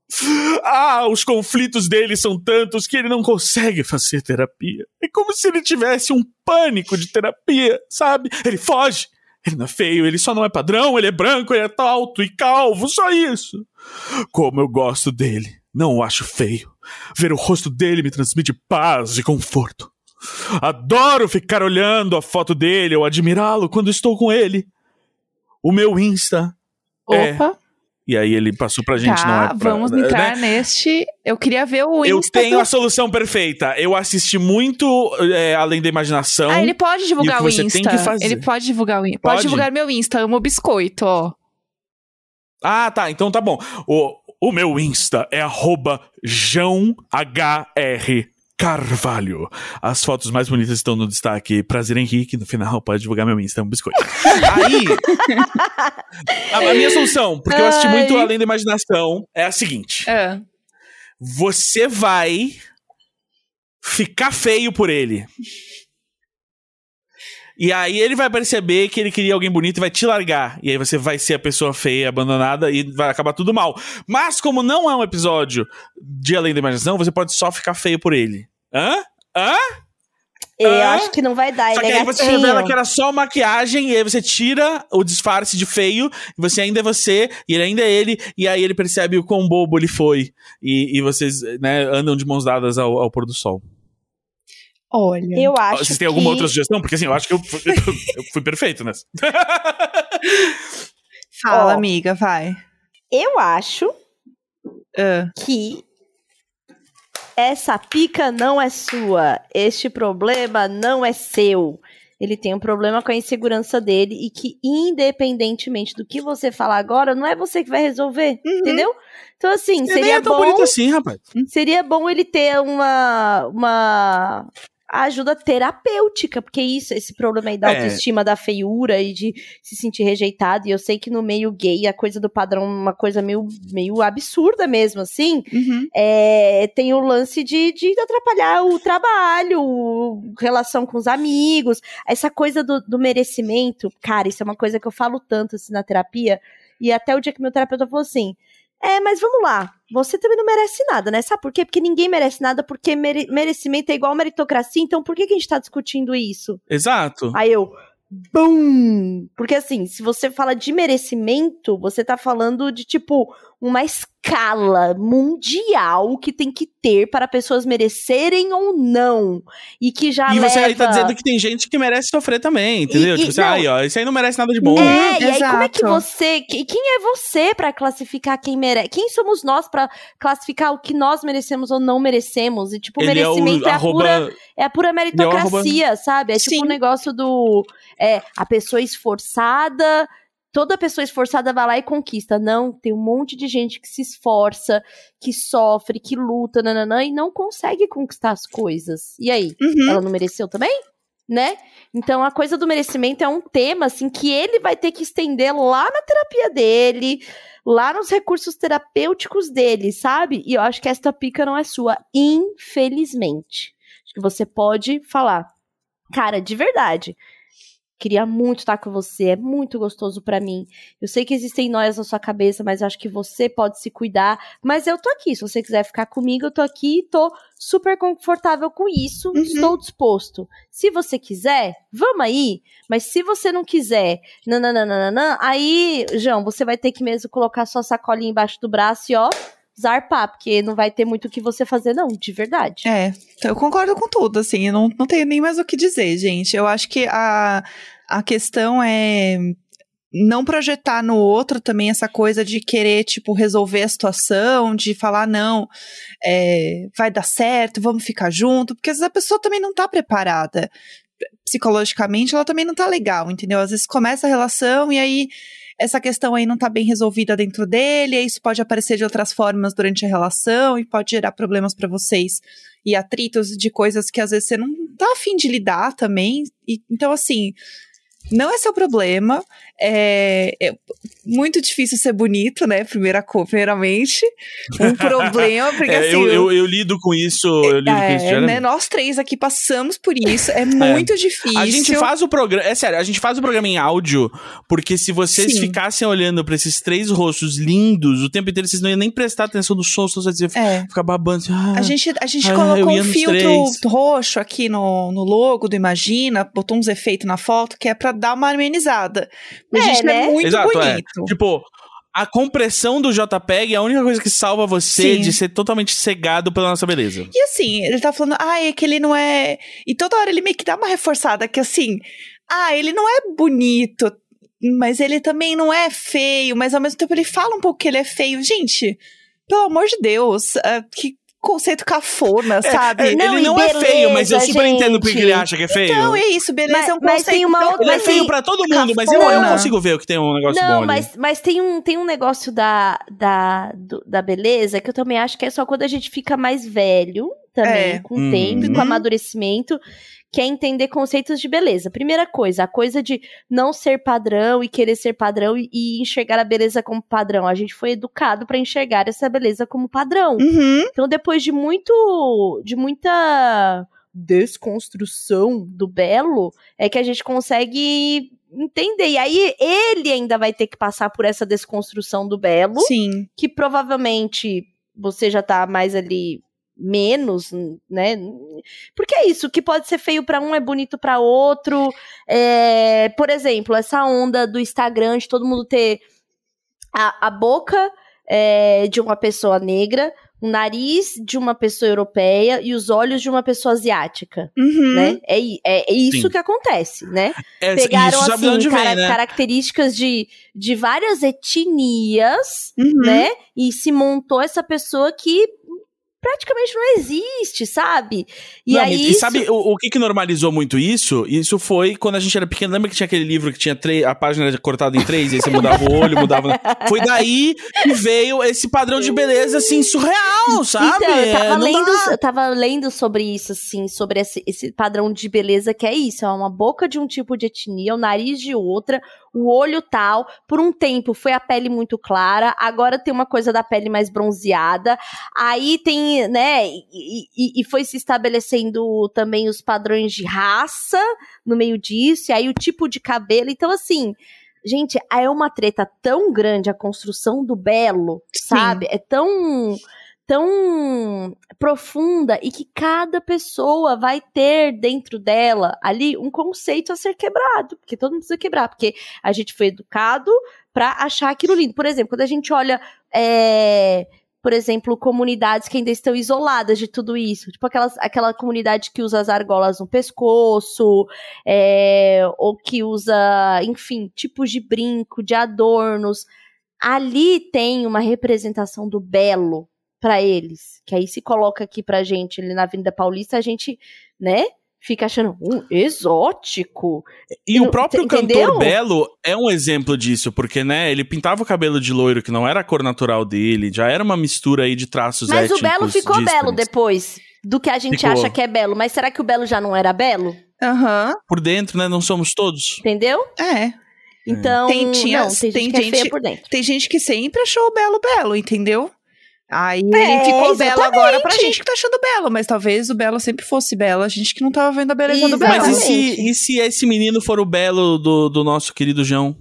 Ah, os conflitos dele são tantos que ele não consegue fazer terapia. É como se ele tivesse um pânico de terapia, sabe? Ele foge. Ele não é feio, ele só não é padrão, ele é branco, ele é alto e calvo, só isso. Como eu gosto dele. Não o acho feio. Ver o rosto dele me transmite paz e conforto. Adoro ficar olhando a foto dele ou admirá-lo quando estou com ele. O meu Insta Opa. é... E aí ele passou pra gente, tá, não é pra, vamos entrar né? neste... Eu queria ver o Insta. Eu tenho do... a solução perfeita. Eu assisti muito é, Além da Imaginação. Ah, ele pode divulgar e o você Insta. Tem que fazer. Ele pode divulgar o Insta. Pode? Pode divulgar meu Insta. Amo biscoito, ó. Ah, tá. Então tá bom. O, o meu Insta é arroba João H R Carvalho. As fotos mais bonitas estão no destaque. Prazer, Henrique. No final, pode divulgar meu Insta, é um biscoito. Aí, a, a minha solução, porque eu assisti Ai. muito Além da Imaginação, é a seguinte. É. Você vai ficar feio por ele. E aí ele vai perceber que ele queria alguém bonito e vai te largar. E aí você vai ser a pessoa feia, abandonada, e vai acabar tudo mal. Mas como não é um episódio de Além da Imaginação, você pode só ficar feio por ele. Hã? Hã? Eu Hã? acho que não vai dar, Só ele que é aí você gatinho. revela que era só maquiagem, e aí você tira o disfarce de feio, e você ainda é você, e ele ainda é ele, e aí ele percebe o quão bobo ele foi. E, e vocês, né, andam de mãos dadas ao, ao pôr do sol. Olha. Eu acho Vocês têm que... alguma outra sugestão? Porque assim, eu acho que eu, fui- eu fui perfeito nessa. Fala, Ó. amiga, vai. Eu acho Ah. que essa pica não é sua. Este problema não é seu. Ele tem um problema com a insegurança dele e que, independentemente do que você falar agora, não é você que vai resolver, entendeu? Então, assim, Ele nem seria é tão bom... bonito assim, rapaz. Seria bom ele ter uma, uma ajuda terapêutica, porque isso, esse problema aí da É. autoestima, da feiura e de se sentir rejeitado, e eu sei que no meio gay a coisa do padrão é uma coisa meio, meio absurda mesmo, assim, Uhum. é, tem o lance de, de atrapalhar o trabalho, relação com os amigos, essa coisa do, do merecimento, cara, isso é uma coisa que eu falo tanto assim na terapia, e até o dia que meu terapeuta falou assim, É, mas vamos lá. Você também não merece nada, né? Sabe por quê? Porque ninguém merece nada, porque mere- merecimento é igual meritocracia, então por que, que a gente tá discutindo isso? Exato. Aí eu... Bum! Porque assim, se você fala de merecimento, você tá falando de, tipo, uma escala mundial que tem que ter para pessoas merecerem ou não. E que já E leva... você aí tá dizendo que tem gente que merece sofrer também, entendeu? E- e- tipo assim, não. aí, ó, isso aí não merece nada de bom. É, e aí como é que exato. você... que- Quem é você pra classificar quem merece? Quem somos nós pra classificar o que nós merecemos ou não merecemos? E, tipo, o Ele é merecimento o é, a arroba... pura, é a pura meritocracia, sabe? É tipo Sim. o negócio do... É, a pessoa esforçada... Toda pessoa esforçada vai lá e conquista. Não, tem um monte de gente que se esforça, que sofre, que luta, nananã, e não consegue conquistar as coisas. E aí? Uhum. Ela não mereceu também? Né? Então, a coisa do merecimento é um tema, assim, que ele vai ter que estender lá na terapia dele, lá nos recursos terapêuticos dele, sabe? E eu acho que esta pica não é sua, infelizmente. Acho que você pode falar, cara, de verdade, queria muito estar com você, é muito gostoso pra mim. Eu sei que existem noias na sua cabeça, mas acho que você pode se cuidar. Mas eu tô aqui, se você quiser ficar comigo, eu tô aqui, tô super confortável com isso, Uhum. estou disposto. Se você quiser, vamos aí. Mas se você não quiser, nananana, aí, João, você vai ter que mesmo colocar sua sacolinha embaixo do braço e ó, zarpar, porque não vai ter muito o que você fazer não, de verdade. É, então eu concordo com tudo, assim, eu não, não tenho nem mais o que dizer, gente. Eu acho que a, a questão é não projetar no outro também essa coisa de querer, tipo, resolver a situação, de falar, não, é, vai dar certo, vamos ficar junto, porque às vezes a pessoa também não tá preparada. Psicologicamente, ela também não tá legal, entendeu? Às vezes começa a relação e aí essa questão aí não tá bem resolvida dentro dele, e isso pode aparecer de outras formas durante a relação e pode gerar problemas pra vocês e atritos de coisas que às vezes você não tá afim de lidar também. E, então, assim, não é seu problema. É, é muito difícil ser bonito, né? Primeira, primeiramente. Um problema, porque É, assim. eu, eu, eu lido com isso, eu lido é, com isso né, diariamente. nós três aqui passamos por isso. É muito difícil. A gente faz o programa, é sério, a gente faz o programa em áudio, porque se vocês Sim. ficassem olhando pra esses três rostos lindos o tempo inteiro, vocês não iam nem prestar atenção no som, só dizer, É. ficar babando assim, ah, A gente, a gente ah, eu colocou ia um nos filtro três. roxo aqui no, no logo do Imagina, botou uns efeitos na foto, que é pra dar uma amenizada. A É, gente né? é muito Exato, bonito. é. Tipo, a compressão do JPEG é a única coisa que salva você Sim. de ser totalmente cegado pela nossa beleza. E assim, ele tá falando, ah, é que ele não é... E toda hora ele meio que dá uma reforçada, que assim, ah, ele não é bonito, mas ele também não é feio, mas ao mesmo tempo ele fala um pouco que ele é feio. Gente, pelo amor de Deus, uh, que conceito cafona, sabe? É, Não, ele e não é feio, mas eu beleza, super entendo porque gente. ele acha que é feio. Então, é isso, beleza, Mas- é um mas conceito... tem uma tão- outra- Ele é mas feio tem- pra todo mundo, mas eu, eu não Cafona. consigo ver que tem um negócio bom Não, ali. mas, mas tem, um, tem um negócio da, da, do- da beleza que eu também acho que é só quando a gente fica mais velho também, É. com o Uhum. tempo e com amadurecimento, que é entender conceitos de beleza. Primeira coisa, a coisa de não ser padrão e querer ser padrão e, e enxergar a beleza como padrão. A gente foi educado pra enxergar essa beleza como padrão. Uhum. Então, depois de muito, de muita desconstrução do belo, é que a gente consegue entender. E aí, ele ainda vai ter que passar por essa desconstrução do belo, Sim. que provavelmente você já tá mais ali menos, né? Porque é isso, o que pode ser feio pra um é bonito pra outro. É, por exemplo, essa onda do Instagram de todo mundo ter a, a boca é, de uma pessoa negra, o nariz de uma pessoa europeia e os olhos de uma pessoa asiática, Uhum. né? É, i- é, é isso Sim. que acontece, né? É, Pegaram, isso sabe de assim, onde cara- vem, né? características de, de várias etnias, Uhum. né? E se montou essa pessoa que praticamente não existe, sabe? E Não, aí e isso... sabe o, o que que normalizou muito isso? Isso foi quando a gente era pequeno. Lembra que tinha aquele livro que tinha três, a página era cortada em três, e aí você mudava o olho, mudava... Foi daí que veio esse padrão de beleza, assim, surreal, sabe? Então, eu tava, É, não lendo, dá. eu tava lendo sobre isso, assim, sobre esse, esse padrão de beleza que é isso, é uma boca de um tipo de etnia, o nariz de outra, o olho tal, por um tempo foi a pele muito clara, agora tem uma coisa da pele mais bronzeada, aí tem, né, e, e, e foi se estabelecendo também os padrões de raça no meio disso, e aí o tipo de cabelo, então assim... Gente, é uma treta tão grande a construção do Belo, Sim. sabe? É tão, tão profunda e que cada pessoa vai ter dentro dela ali um conceito a ser quebrado, porque todo mundo precisa quebrar, porque a gente foi educado pra achar aquilo lindo. Por exemplo, quando a gente olha, é, por exemplo, comunidades que ainda estão isoladas de tudo isso, tipo aquelas, aquela comunidade que usa as argolas no pescoço, é, ou que usa, enfim, tipos de brinco, de adornos. Ali tem uma representação do belo pra eles, que aí se coloca aqui pra gente, ali na Avenida Paulista, a gente, né, fica achando, um exótico. E Não, o próprio entendeu? cantor Belo é um exemplo disso, porque, né, ele pintava o cabelo de loiro, que não era a cor natural dele, já era uma mistura aí de traços Mas étnicos. o Belo ficou díspares. belo depois do que a gente Ficou. acha que é belo. Mas será que o Belo já não era belo? Aham. Por dentro, né, não somos todos. Entendeu? É. Então, Tem- tinha- não, tem gente tem que é gente- feia por dentro. Tem gente que sempre achou o Belo belo, entendeu? Aí É, ele ficou belo exatamente. agora pra gente que tá achando belo, mas talvez o Belo sempre fosse belo, a gente que não tava vendo a beleza do Belo. Mas e Exatamente. se, e se esse menino for o Belo do, do nosso querido João?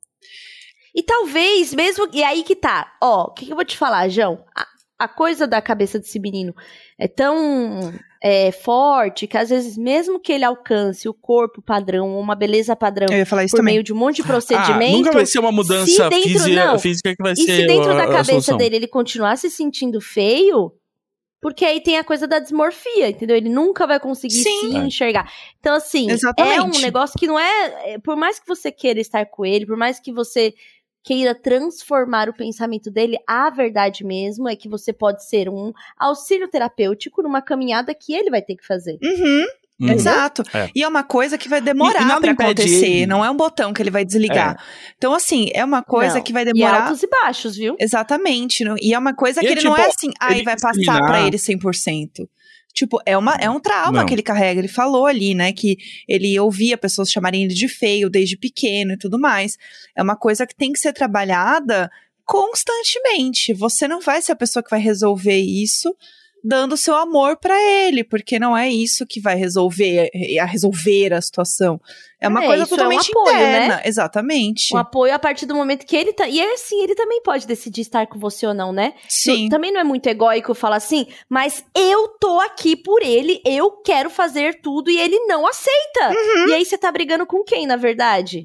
E talvez, mesmo. E aí que tá. Ó, o que, que eu vou te falar, João? A, a coisa da cabeça desse menino é tão é, forte que às vezes, mesmo que ele alcance o corpo padrão, uma beleza padrão, Eu ia falar isso por também. meio de um monte de Ah, procedimento. nunca vai ser uma mudança se dentro- física, não. física que vai E ser se dentro a, da a cabeça solução. dele ele continuar se sentindo feio, porque aí tem a coisa da desmorfia, entendeu? Ele nunca vai conseguir Sim. se É. enxergar. Então, assim, é Exatamente. um negócio que não é, é. Por mais que você queira estar com ele, por mais que você queira transformar o pensamento dele, a verdade mesmo é que você pode ser um auxílio terapêutico numa caminhada que ele vai ter que fazer. Uhum, Uhum. exato. É. E é uma coisa que vai demorar E- e nada pra impede acontecer, ele. não é um botão que ele vai desligar. Então, assim, é uma coisa Não. que vai E demorar... altos e baixos, viu? Exatamente. não- E é uma coisa E que é ele não tipo, é assim, aí ele vai passar discriminar- pra ele cem por cento. Tipo, é, uma, é um trauma Não. que ele carrega. Ele falou ali, né, que ele ouvia pessoas chamarem ele de feio desde pequeno e tudo mais. É uma coisa que tem que ser trabalhada constantemente. Você não vai ser a pessoa que vai resolver isso dando seu amor pra ele, porque não é isso que vai resolver a resolver a situação. É uma É, coisa isso é um totalmente apoio, né? interna, exatamente. Um apoio a partir do momento que ele tá. E é assim, ele também pode decidir estar com você ou não, né? Sim. Não- também não é muito egóico falar assim, mas eu tô aqui por ele, eu quero fazer tudo e ele não aceita. Uhum. E aí você tá brigando com quem, na verdade?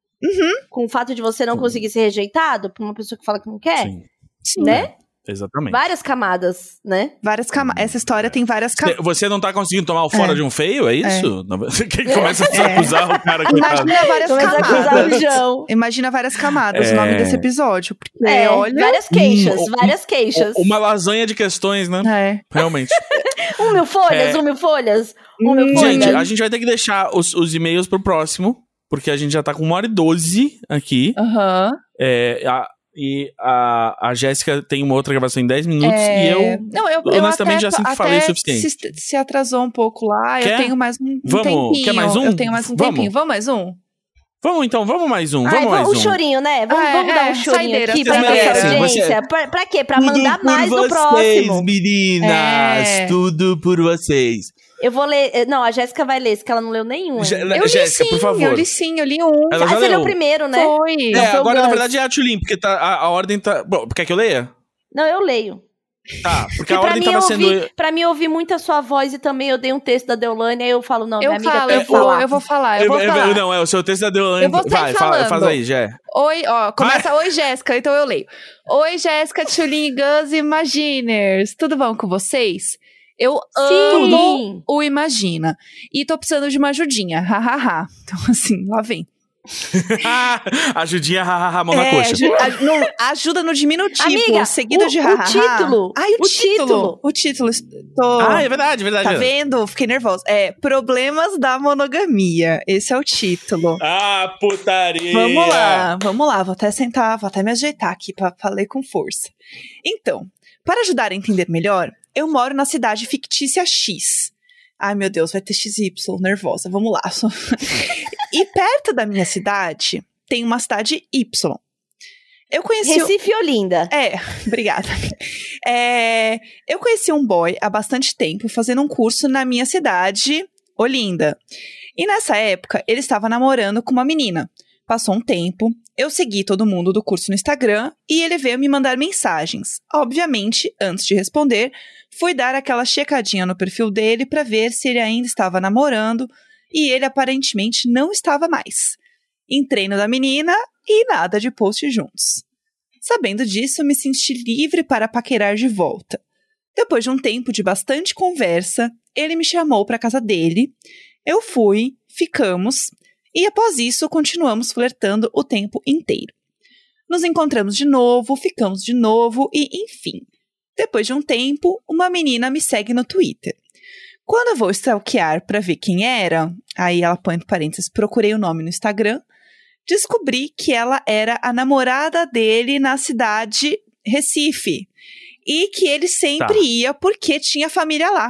Com o fato de você não conseguir ser rejeitado por uma pessoa que fala que não quer? Sim, Sim. Né? exatamente. Várias camadas, né? Várias camadas. Essa história tem várias Você- camadas. Você não tá conseguindo tomar o fora É. de um feio, é isso? Não, Você que começa a se É. acusar o cara, coitado. Imagina várias Começa a acusar o camadas. João. Imagina várias camadas, É. o nome desse episódio. Porque, É, olha. várias queixas, Hum, várias queixas. Uma lasanha de questões, né? É. Realmente. Um mil folhas, É. um mil folhas, um mil Hum, folhas. Gente, a gente vai ter que deixar os, os e-mails pro próximo, porque a gente já tá com uma hora e doze aqui. Aham. É, a- e a, a Jéssica tem uma outra gravação em dez minutos É, e eu. Não, eu, eu honestamente, até, já sinto que até falei o suficiente. Se, se atrasou um pouco lá, Quer? eu tenho mais um, um Vamos, tempinho. quer mais um? Eu tenho mais um Vamos. tempinho. Vamos mais um? Vamos então, vamos mais um, Ai, vamos mais vamos um. um chorinho, né? Vamos, Ah, vamos é, dar um é, chorinho saideira, aqui pra vocês nossa merecem, audiência. você- Pra, pra quê? Pra Tudo mandar por mais no vocês, próximo. meninas! É. Tudo por vocês. Eu vou ler. Não, a Jéssica vai ler, que ela não leu nenhum. Jé- ainda. Eu li Jéssica, sim, por favor. eu li sim, eu li um. Ela Ah, já você leu leu. primeiro, né? Foi. É, Não foi o agora na Gus. verdade é a Tulin, porque tá, a, a ordem tá. Bom, quer que eu leia? Não, eu leio. Tá, porque Porque a pra ordem mim, tava eu sendo. ouvi, pra mim, eu ouvi muito a sua voz e também eu dei um texto da Deolane, aí eu falo, não, Eu minha amiga falo, tem eu que vou, falar. eu vou falar, eu vou eu- falar. Não, é o seu texto da Deolane. Eu vou sair Vai, fala, falando. faz aí, Jé. Oi, ó, começa Oi, Jéssica, então eu leio. Oi, Jéssica, Tchulin, Gus e Imaginers. Tudo bom com vocês? Eu amo Sim. o Imagina. E tô precisando de uma ajudinha, hahaha. Então, assim, lá vem. Ajudinha, hahaha, mão na É, coxa. aju- a- no- ajuda no diminutivo, Amiga, seguido o- de o hahaha. título, Ai, o, o título. título. O título. Tô... Ah, é verdade, verdade. Tá verdade. vendo? Fiquei nervosa. É, Problemas da Monogamia. Esse é o título. Ah, putaria! Vamos lá, vamos lá. Vou até sentar, vou até me ajeitar aqui pra falar com força. Então, para ajudar a entender melhor, eu moro na cidade fictícia X. Ai, meu Deus, vai ter X Y, nervosa. Vamos lá. E perto da minha cidade, tem uma cidade Y. Eu conheci... Recife e Olinda. É, obrigada. É, eu conheci um boy há bastante tempo fazendo um curso na minha cidade, Olinda. E nessa época, ele estava namorando com uma menina. Passou um tempo, eu segui todo mundo do curso no Instagram e ele veio me mandar mensagens. Obviamente, antes de responder, fui dar aquela checadinha no perfil dele para ver se ele ainda estava namorando e ele aparentemente não estava mais. Entrei no da menina e nada de post juntos. Sabendo disso, me senti livre para paquerar de volta. Depois de um tempo de bastante conversa, ele me chamou para casa dele, eu fui, ficamos... E após isso, continuamos flertando o tempo inteiro. Nos encontramos de novo, ficamos de novo e, enfim. Depois de um tempo, uma menina me segue no Twitter. Quando eu vou stalkear para ver quem era, aí ela põe entre parênteses, procurei o nome no Instagram, descobri que ela era a namorada dele na cidade Recife. E que ele sempre tá. ia porque tinha família lá.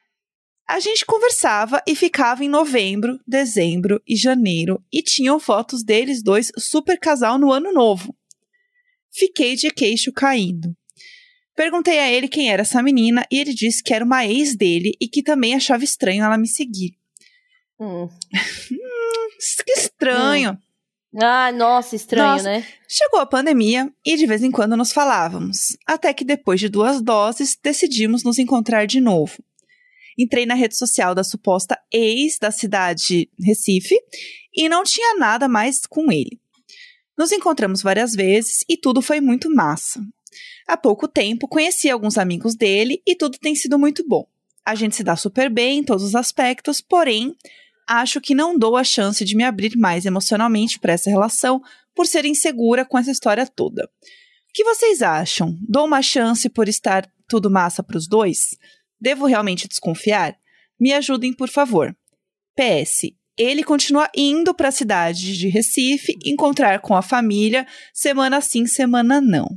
A gente conversava e ficava em novembro, dezembro e janeiro e tinham fotos deles dois super casal no ano novo. Fiquei de queixo caindo. Perguntei a ele quem era essa menina e ele disse que era uma ex dele e que também achava estranho ela me seguir. Hum. hum, que estranho. Hum. Ah, nossa, estranho, nossa, né? Chegou a pandemia e de vez em quando nos falávamos. Até que depois de duas doses decidimos nos encontrar de novo. Entrei na rede social da suposta ex da cidade Recife e não tinha nada mais com ele. Nos encontramos várias vezes e tudo foi muito massa. Há pouco tempo conheci alguns amigos dele e tudo tem sido muito bom. A gente se dá super bem em todos os aspectos, porém, acho que não dou a chance de me abrir mais emocionalmente para essa relação por ser insegura com essa história toda. O que vocês acham? Dou uma chance por estar tudo massa para os dois? Devo realmente desconfiar? Me ajudem, por favor. P S. Ele continua indo para a cidade de Recife encontrar com a família, semana sim, semana não.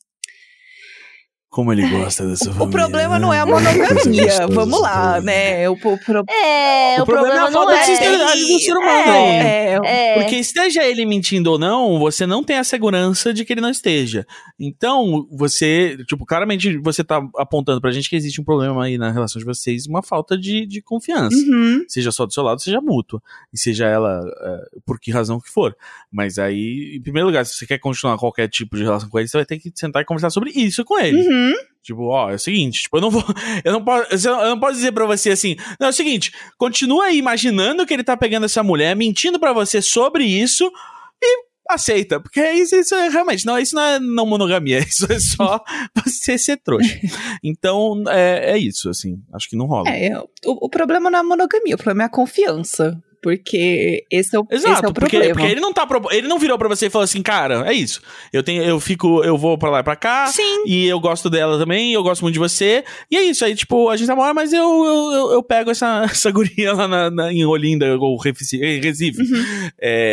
Como ele gosta dessa família. O problema não é a monogamia. Vamos lá, né? O, o, pro... É, o, o problema, problema é a falta de sinceridade do ser humano. É, é. Porque esteja ele mentindo ou não, você não tem a segurança de que ele não esteja. Então, você, tipo, claramente você tá apontando pra gente que existe um problema aí na relação de vocês, uma falta de, de confiança. Uhum. Seja só do seu lado, seja mútua. E seja ela, uh, por que razão que for. Mas aí, em primeiro lugar, se você quer continuar qualquer tipo de relação com ele, você vai ter que sentar e conversar sobre isso com ele. Uhum. Tipo, ó, é o seguinte, tipo, eu não vou, eu não posso, eu não posso dizer pra você assim, não, é o seguinte, continua aí imaginando que ele tá pegando essa mulher, mentindo pra você sobre isso e aceita, porque isso, isso é realmente, não, isso não é não monogamia, isso é só você ser trouxa. Então, é, é isso, assim, acho que não rola. É, o, o problema não é a monogamia, o problema é a confiança. Porque esse é o, Exato, esse é o porque, problema. porque ele não tá ele não virou pra você e falou assim, cara, é isso. Eu tenho, eu fico, eu vou pra lá e pra cá. Sim. E eu gosto dela também, eu gosto muito de você. E é isso, aí tipo, a gente namora, mas eu, eu, eu, eu pego essa, essa guria lá na, na, em Olinda ou Recife. Uhum.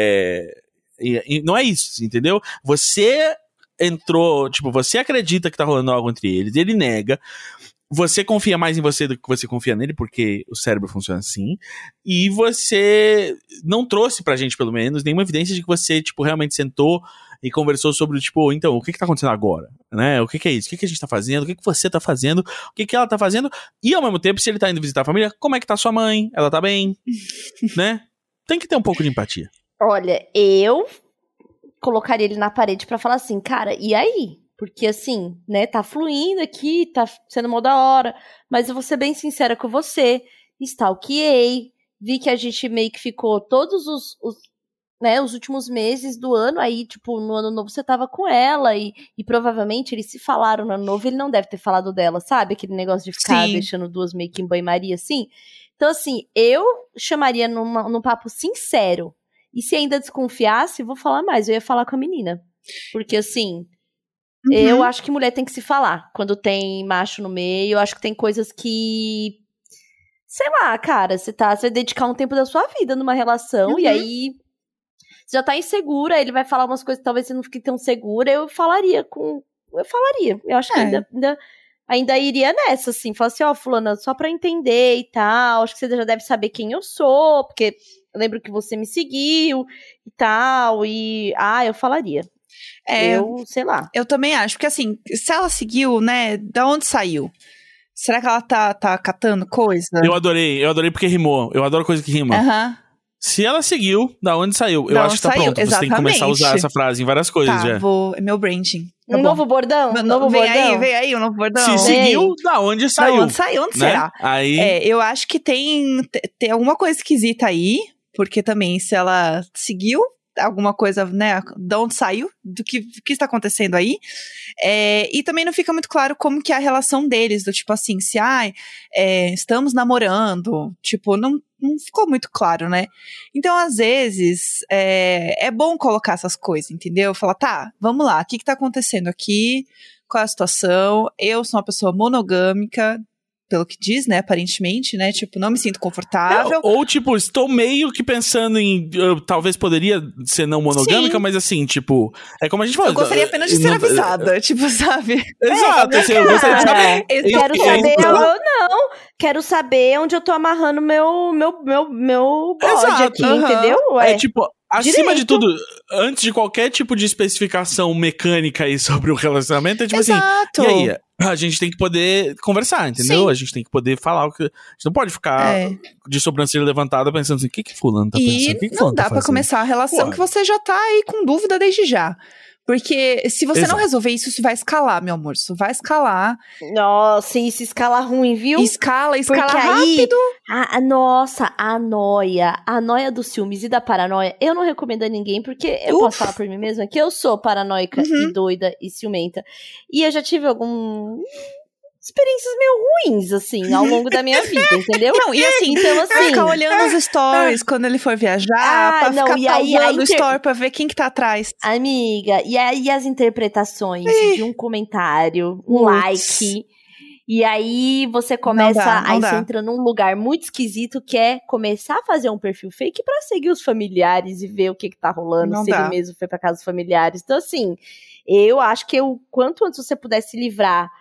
É, e, e não é isso, entendeu? Você entrou, tipo, você acredita que tá rolando algo entre eles, ele nega. Você confia mais em você do que você confia nele, porque o cérebro funciona assim. E você não trouxe pra gente, pelo menos, nenhuma evidência de que você, tipo, realmente sentou e conversou sobre, tipo, então, o que que tá acontecendo agora? Né? O que que é isso? O que que a gente tá fazendo? O que que você tá fazendo? O que que ela tá fazendo? E, ao mesmo tempo, se ele tá indo visitar a família, como é que tá sua mãe? Ela tá bem? Né? Tem que ter um pouco de empatia. Olha, eu colocaria ele na parede pra falar assim, cara, e aí? Porque, assim, né, tá fluindo aqui, tá sendo mó da hora, mas eu vou ser bem sincera com você, stalkeei, vi que a gente meio que ficou todos os, os, né, os últimos meses do ano, aí, tipo, no ano novo você tava com ela, e, e provavelmente eles se falaram no ano novo, ele não deve ter falado dela, sabe? Aquele negócio de ficar Sim. deixando duas meio que em banho-maria, assim. Então, assim, eu chamaria numa, num papo sincero, e se ainda desconfiasse, vou falar mais, eu ia falar com a menina. Porque, assim... Uhum. Eu acho que mulher tem que se falar quando tem macho no meio. Eu acho que tem coisas que, sei lá, cara, você tá, você vai dedicar um tempo da sua vida numa relação uhum. e aí você já tá insegura, ele vai falar umas coisas que talvez você não fique tão segura. Eu falaria com, eu falaria. Eu acho é. que ainda, ainda, ainda iria nessa, assim, falar assim, ó, oh, fulana, só pra entender e tal. Acho que você já deve saber quem eu sou, porque eu lembro que você me seguiu e tal. E ah, eu falaria. É, eu, sei lá. Eu também acho, porque assim, se ela seguiu, né, da onde saiu? Será que ela tá, tá catando coisa? Eu adorei, eu adorei porque rimou. Eu adoro coisa que rima. Aham. Uhum. Se ela seguiu, da onde saiu? Eu Da acho que tá onde saiu, pronto. Você tem que começar a usar exatamente. essa frase em várias coisas Tá, já. vou... É meu branding. Tá Um bom. novo bordão? Meu- Um novo vem bordão? aí, vem aí, um novo bordão. Se Vem. seguiu, da onde Da saiu? onde saiu? Onde né? será? Aí, É, eu acho que tem, te- tem alguma coisa esquisita aí, porque também se ela seguiu alguma coisa, né, de onde saiu, do que, do que está acontecendo aí, é, e também não fica muito claro como que é a relação deles, do tipo assim, se, ai, é, estamos namorando, tipo, não, não ficou muito claro, né? Então, às vezes, é, é bom colocar essas coisas, entendeu? Falar, tá, vamos lá, o que que tá acontecendo aqui? Qual é a situação? Eu sou uma pessoa monogâmica, pelo que diz, né, aparentemente, né, tipo, não me sinto confortável. ou, ou, tipo, estou meio que pensando em. Eu, talvez poderia ser não monogâmica, Sim. mas assim, tipo. É como a gente falou. Eu gostaria apenas de ser não- avisada, tipo, sabe? Exato, assim, eu gostaria de saber. Cara, Então, quero eu- saber, eu- eu não, quero saber onde eu tô amarrando meu, meu, meu, meu bode Exato, aqui, aham. entendeu? É Ué. tipo, acima de Direito. tudo, antes de qualquer tipo de especificação mecânica aí sobre o relacionamento, é tipo Exato. assim, e aí? A gente tem que poder conversar, entendeu? Sim. A gente tem que poder falar o que. A gente não pode ficar É. de sobrancelha levantada pensando assim, o que que fulano tá pensando? E O que que não fulano dá tá pra fazendo? começar a relação Pô. que você já tá aí com dúvida desde já. Porque se você Exato. não resolver isso, isso vai escalar, meu amor. Isso vai escalar. Nossa, isso escala ruim, viu? Escala, escala Porque aí, rápido. a, a- nossa, a noia, a noia dos ciúmes e da paranoia, eu não recomendo a ninguém, porque eu Uf. posso falar por mim mesma que eu sou paranoica Uhum. e doida e ciumenta. E eu já tive algum experiências meio ruins, assim, ao longo da minha vida, entendeu? Não, e assim, Então, assim- ficar olhando os stories quando ele for viajar, Ah, pra não, ficar e aí a pausando o inter- story pra ver quem que tá atrás. Amiga, e aí as interpretações de um comentário, um Putz. like. E aí você começa, Não dá, não aí dá. você entra num lugar muito esquisito que é começar a fazer um perfil fake pra seguir os familiares e ver o que que tá rolando, Não se dá. ele mesmo foi pra casa dos familiares. Então assim, eu acho que o quanto antes você puder se livrar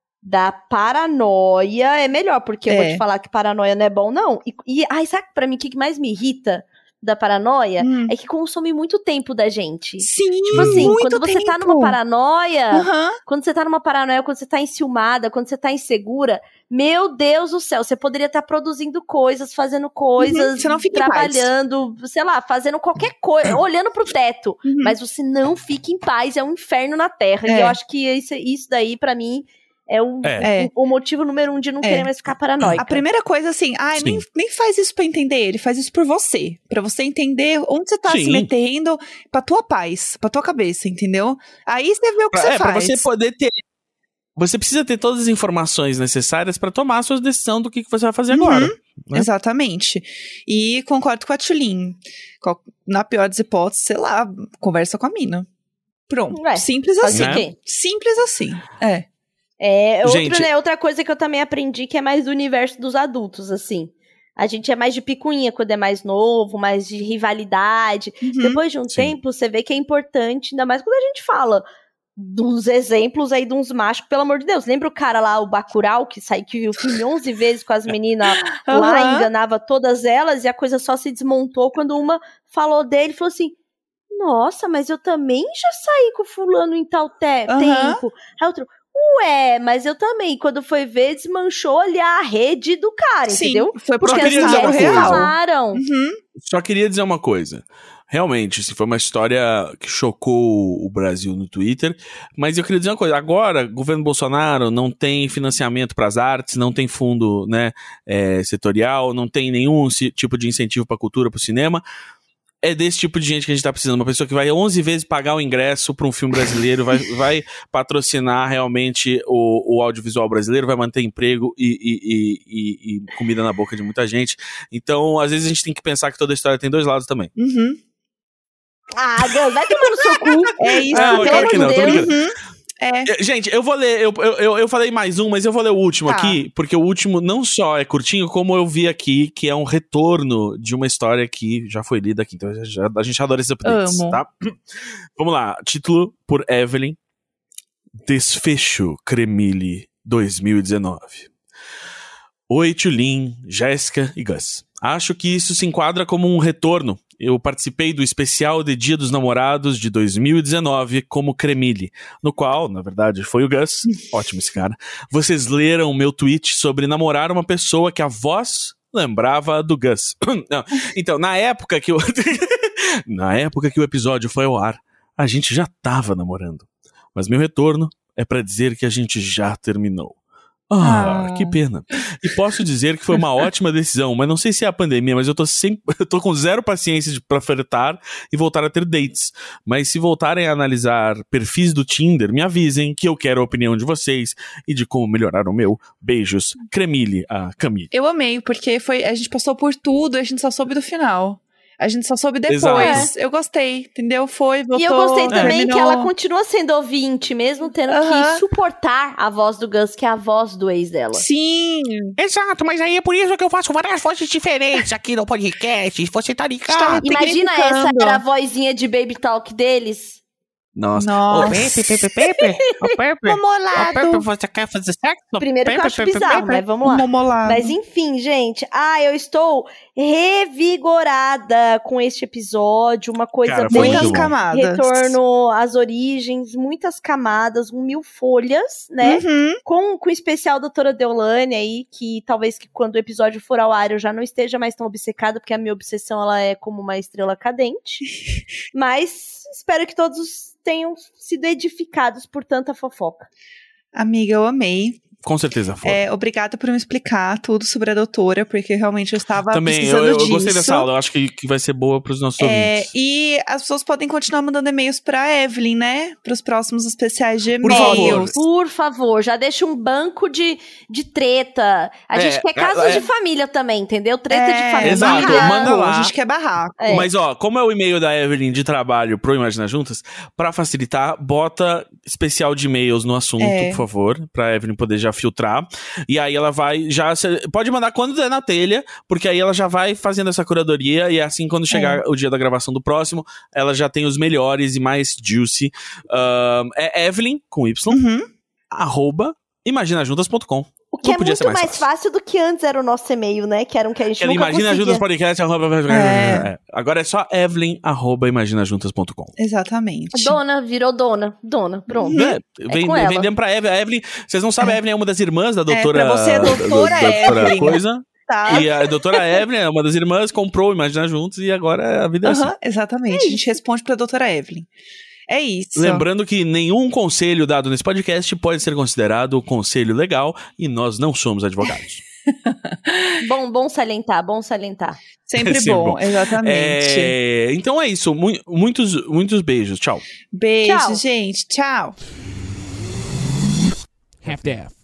da paranoia é melhor, porque eu vou É. te falar que paranoia não é bom não. E, e ai, sabe pra mim o que mais me irrita da paranoia? Hum. É que consome muito tempo da gente. Sim, Tipo assim, muito quando você tá tempo. numa paranoia, Aham. quando você tá numa paranoia, quando você tá enciumada, quando você tá insegura, meu Deus do céu, você poderia estar produzindo coisas, fazendo coisas, Uhum, você não fica em paz. trabalhando, sei lá, fazendo qualquer coisa, olhando pro teto, Uhum. mas você não fica em paz, é um inferno na terra. É. E eu acho que isso, isso daí, pra mim, é o, É. o, o motivo número um de não É. querer mais ficar paranoica. A primeira coisa, assim, ai, Sim. nem, nem faz isso pra entender ele, faz isso por você. Pra você entender onde você tá Sim. se metendo, pra tua paz, pra tua cabeça, entendeu? Aí você vê o que Pra- você é, pra faz. você poder ter. Você precisa ter todas as informações necessárias pra tomar a sua decisão do que, que você vai fazer Uhum. agora. né? Exatamente. E concordo com a Tulin. Qual- Na pior das hipóteses, sei lá, conversa com a mina. Pronto. É, Simples Fazer assim. o quê? Simples assim. É. É, outro, Gente- né, outra coisa que eu também aprendi que é mais do universo dos adultos, assim. A gente é mais de picuinha quando é mais novo, mais de rivalidade. Uhum. Depois de um Sim. tempo, você vê que é importante, ainda mais quando a gente fala dos exemplos aí de uns machos, pelo amor de Deus. Lembra o cara lá, o Bacurau, que saiu, que viu o filme onze vezes com as meninas lá, Aham. enganava todas elas, e a coisa só se desmontou quando uma falou dele e falou assim: nossa, mas eu também já saí com fulano em tal te- Aham. tempo. Aí outro, ué, mas eu também. Quando foi ver, desmanchou ali a rede do cara, Sim, entendeu? foi Porque Só as queria dizer uma mulheres coisa. falaram. Uhum. Só queria dizer uma coisa. Realmente, se foi uma história que chocou o Brasil no Twitter, mas eu queria dizer uma coisa. Agora, o governo Bolsonaro não tem financiamento para as artes, não tem fundo, né, é, setorial, não tem nenhum ci- tipo de incentivo para cultura, para o cinema. É desse tipo de gente que a gente tá precisando. Uma pessoa que vai onze vezes pagar o ingresso para um filme brasileiro, vai, vai patrocinar realmente o, o audiovisual brasileiro, vai manter emprego e, e, e, e, e comida na boca de muita gente. Então, às vezes a gente tem que pensar que toda história tem dois lados também. Uhum. Ah, Deus, vai tomar no seu cu. É isso. Ah, pelo claro amor que de não, tô Deus. brincando. Uhum. É. É, gente, eu vou ler, eu, eu, eu falei mais um, mas eu vou ler o último Tá. aqui, porque o último não só é curtinho, como eu vi aqui, que é um retorno de uma história que já foi lida aqui. Então já- a gente adora esses updates, Amo. tá? Vamos lá, título por Evelyn, Desfecho Cremili dois mil e dezenove. Oi, Tulin, Jéssica e Gus. Acho que isso se enquadra como um retorno. Eu participei do especial de Dia dos Namorados de dois mil e dezenove como Cremili, no qual, na verdade, foi o Gus, ótimo esse cara, vocês leram o meu tweet sobre namorar uma pessoa que a voz lembrava do Gus. Não. Então, na época que o... na época que o episódio foi ao ar, a gente já tava namorando. Mas meu retorno é pra dizer que a gente já terminou. Ah, ah, que pena. E posso dizer que foi uma ótima decisão, mas não sei se é a pandemia, mas eu tô sempre, eu tô com zero paciência de, pra flertar e voltar a ter dates. Mas se voltarem a analisar perfis do Tinder, me avisem que eu quero a opinião de vocês e de como melhorar o meu. Beijos. Cremile, a Camille. Eu amei, porque foi, a gente passou por tudo e a gente só soube do final. A gente só soube depois. Exato. Eu gostei, entendeu? Foi, voltou. E eu gostei também terminou. que ela continua sendo ouvinte, mesmo tendo Uhum. que suportar a voz do Gus, que é a voz do ex dela. Sim. Exato, mas aí é por isso que eu faço várias vozes diferentes aqui no podcast. Você tá ligado? Imagina Tecnicando. essa era a vozinha de Baby Talk deles. Nossa. Nossa. Pepe, Pepe, Pepe. Ô, Pepe. Ô, Momolado. Pepe, você quer fazer sexo? Primeiro que eu Pepe, acho Pepe, bizarro, Pepe. mas vamos lá. Momolado. Mas enfim, gente. Ah, eu estou revigorada com este episódio. Uma coisa Cara, foi bem... Muitas muito bom. camadas. Retorno às origens, muitas camadas, um mil folhas, né? Uhum. Com, com o especial Doutora Deolane aí, que talvez que quando o episódio for ao ar eu já não esteja mais tão obcecada, porque a minha obsessão ela é como uma estrela cadente. Mas espero que todos tenham sido edificados por tanta fofoca. Amiga, eu amei. Com certeza foi. É, obrigada por me explicar tudo sobre a doutora, porque realmente eu estava Também, eu, precisando eu disso. gostei dessa aula. Eu acho que, que vai ser boa pros nossos É, ouvintes. e as pessoas podem continuar mandando e-mails pra Evelyn, né? Para os próximos especiais de Por e-mails. Por favor, já deixa um banco de, de treta. A É, gente quer casos é, de família também, entendeu? Treta É, de família. exato, Barraco. manda lá. A gente quer barraco. É. Mas, ó, como é o e-mail da Evelyn de trabalho pro Imagina Juntas, pra facilitar, bota especial de e-mails no assunto, É. por favor, pra Evelyn poder já filtrar. E aí ela vai já... Pode mandar quando der na telha, porque aí ela já vai fazendo essa curadoria e assim, quando chegar É. o dia da gravação do próximo, ela já tem os melhores e mais juicy. Um, é Evelyn, com Y, Uhum. arroba imaginajuntas ponto com. O que Não é podia muito ser mais mais, fácil. fácil do que antes era o nosso e-mail, né? Que era um que a gente Ela nunca Imagina conseguia. Juntas Podcast. Arroba... É. É. Agora é só Evelyn, arroba imaginajuntas ponto com. Exatamente. Dona, virou dona. Dona, pronto. É, vem, com ela. vendendo pra Evelyn. A Evelyn, vocês não sabem, a Evelyn é uma das irmãs da doutora... pra você é doutora da- da- doutora Evelyn. coisa. Tá. E a doutora Evelyn é uma das irmãs, comprou o Imagina Juntos e agora a vida é assim. Aham, exatamente. A gente responde pra doutora Evelyn. É isso. Lembrando que nenhum conselho dado nesse podcast pode ser considerado conselho legal e nós não somos advogados. Bom, bom salientar, bom salientar. Sempre É sempre bom, bom. exatamente. É, então é isso. Mu- muitos, muitos beijos. Tchau. Beijo, Tchau. gente. Tchau. Half-Death.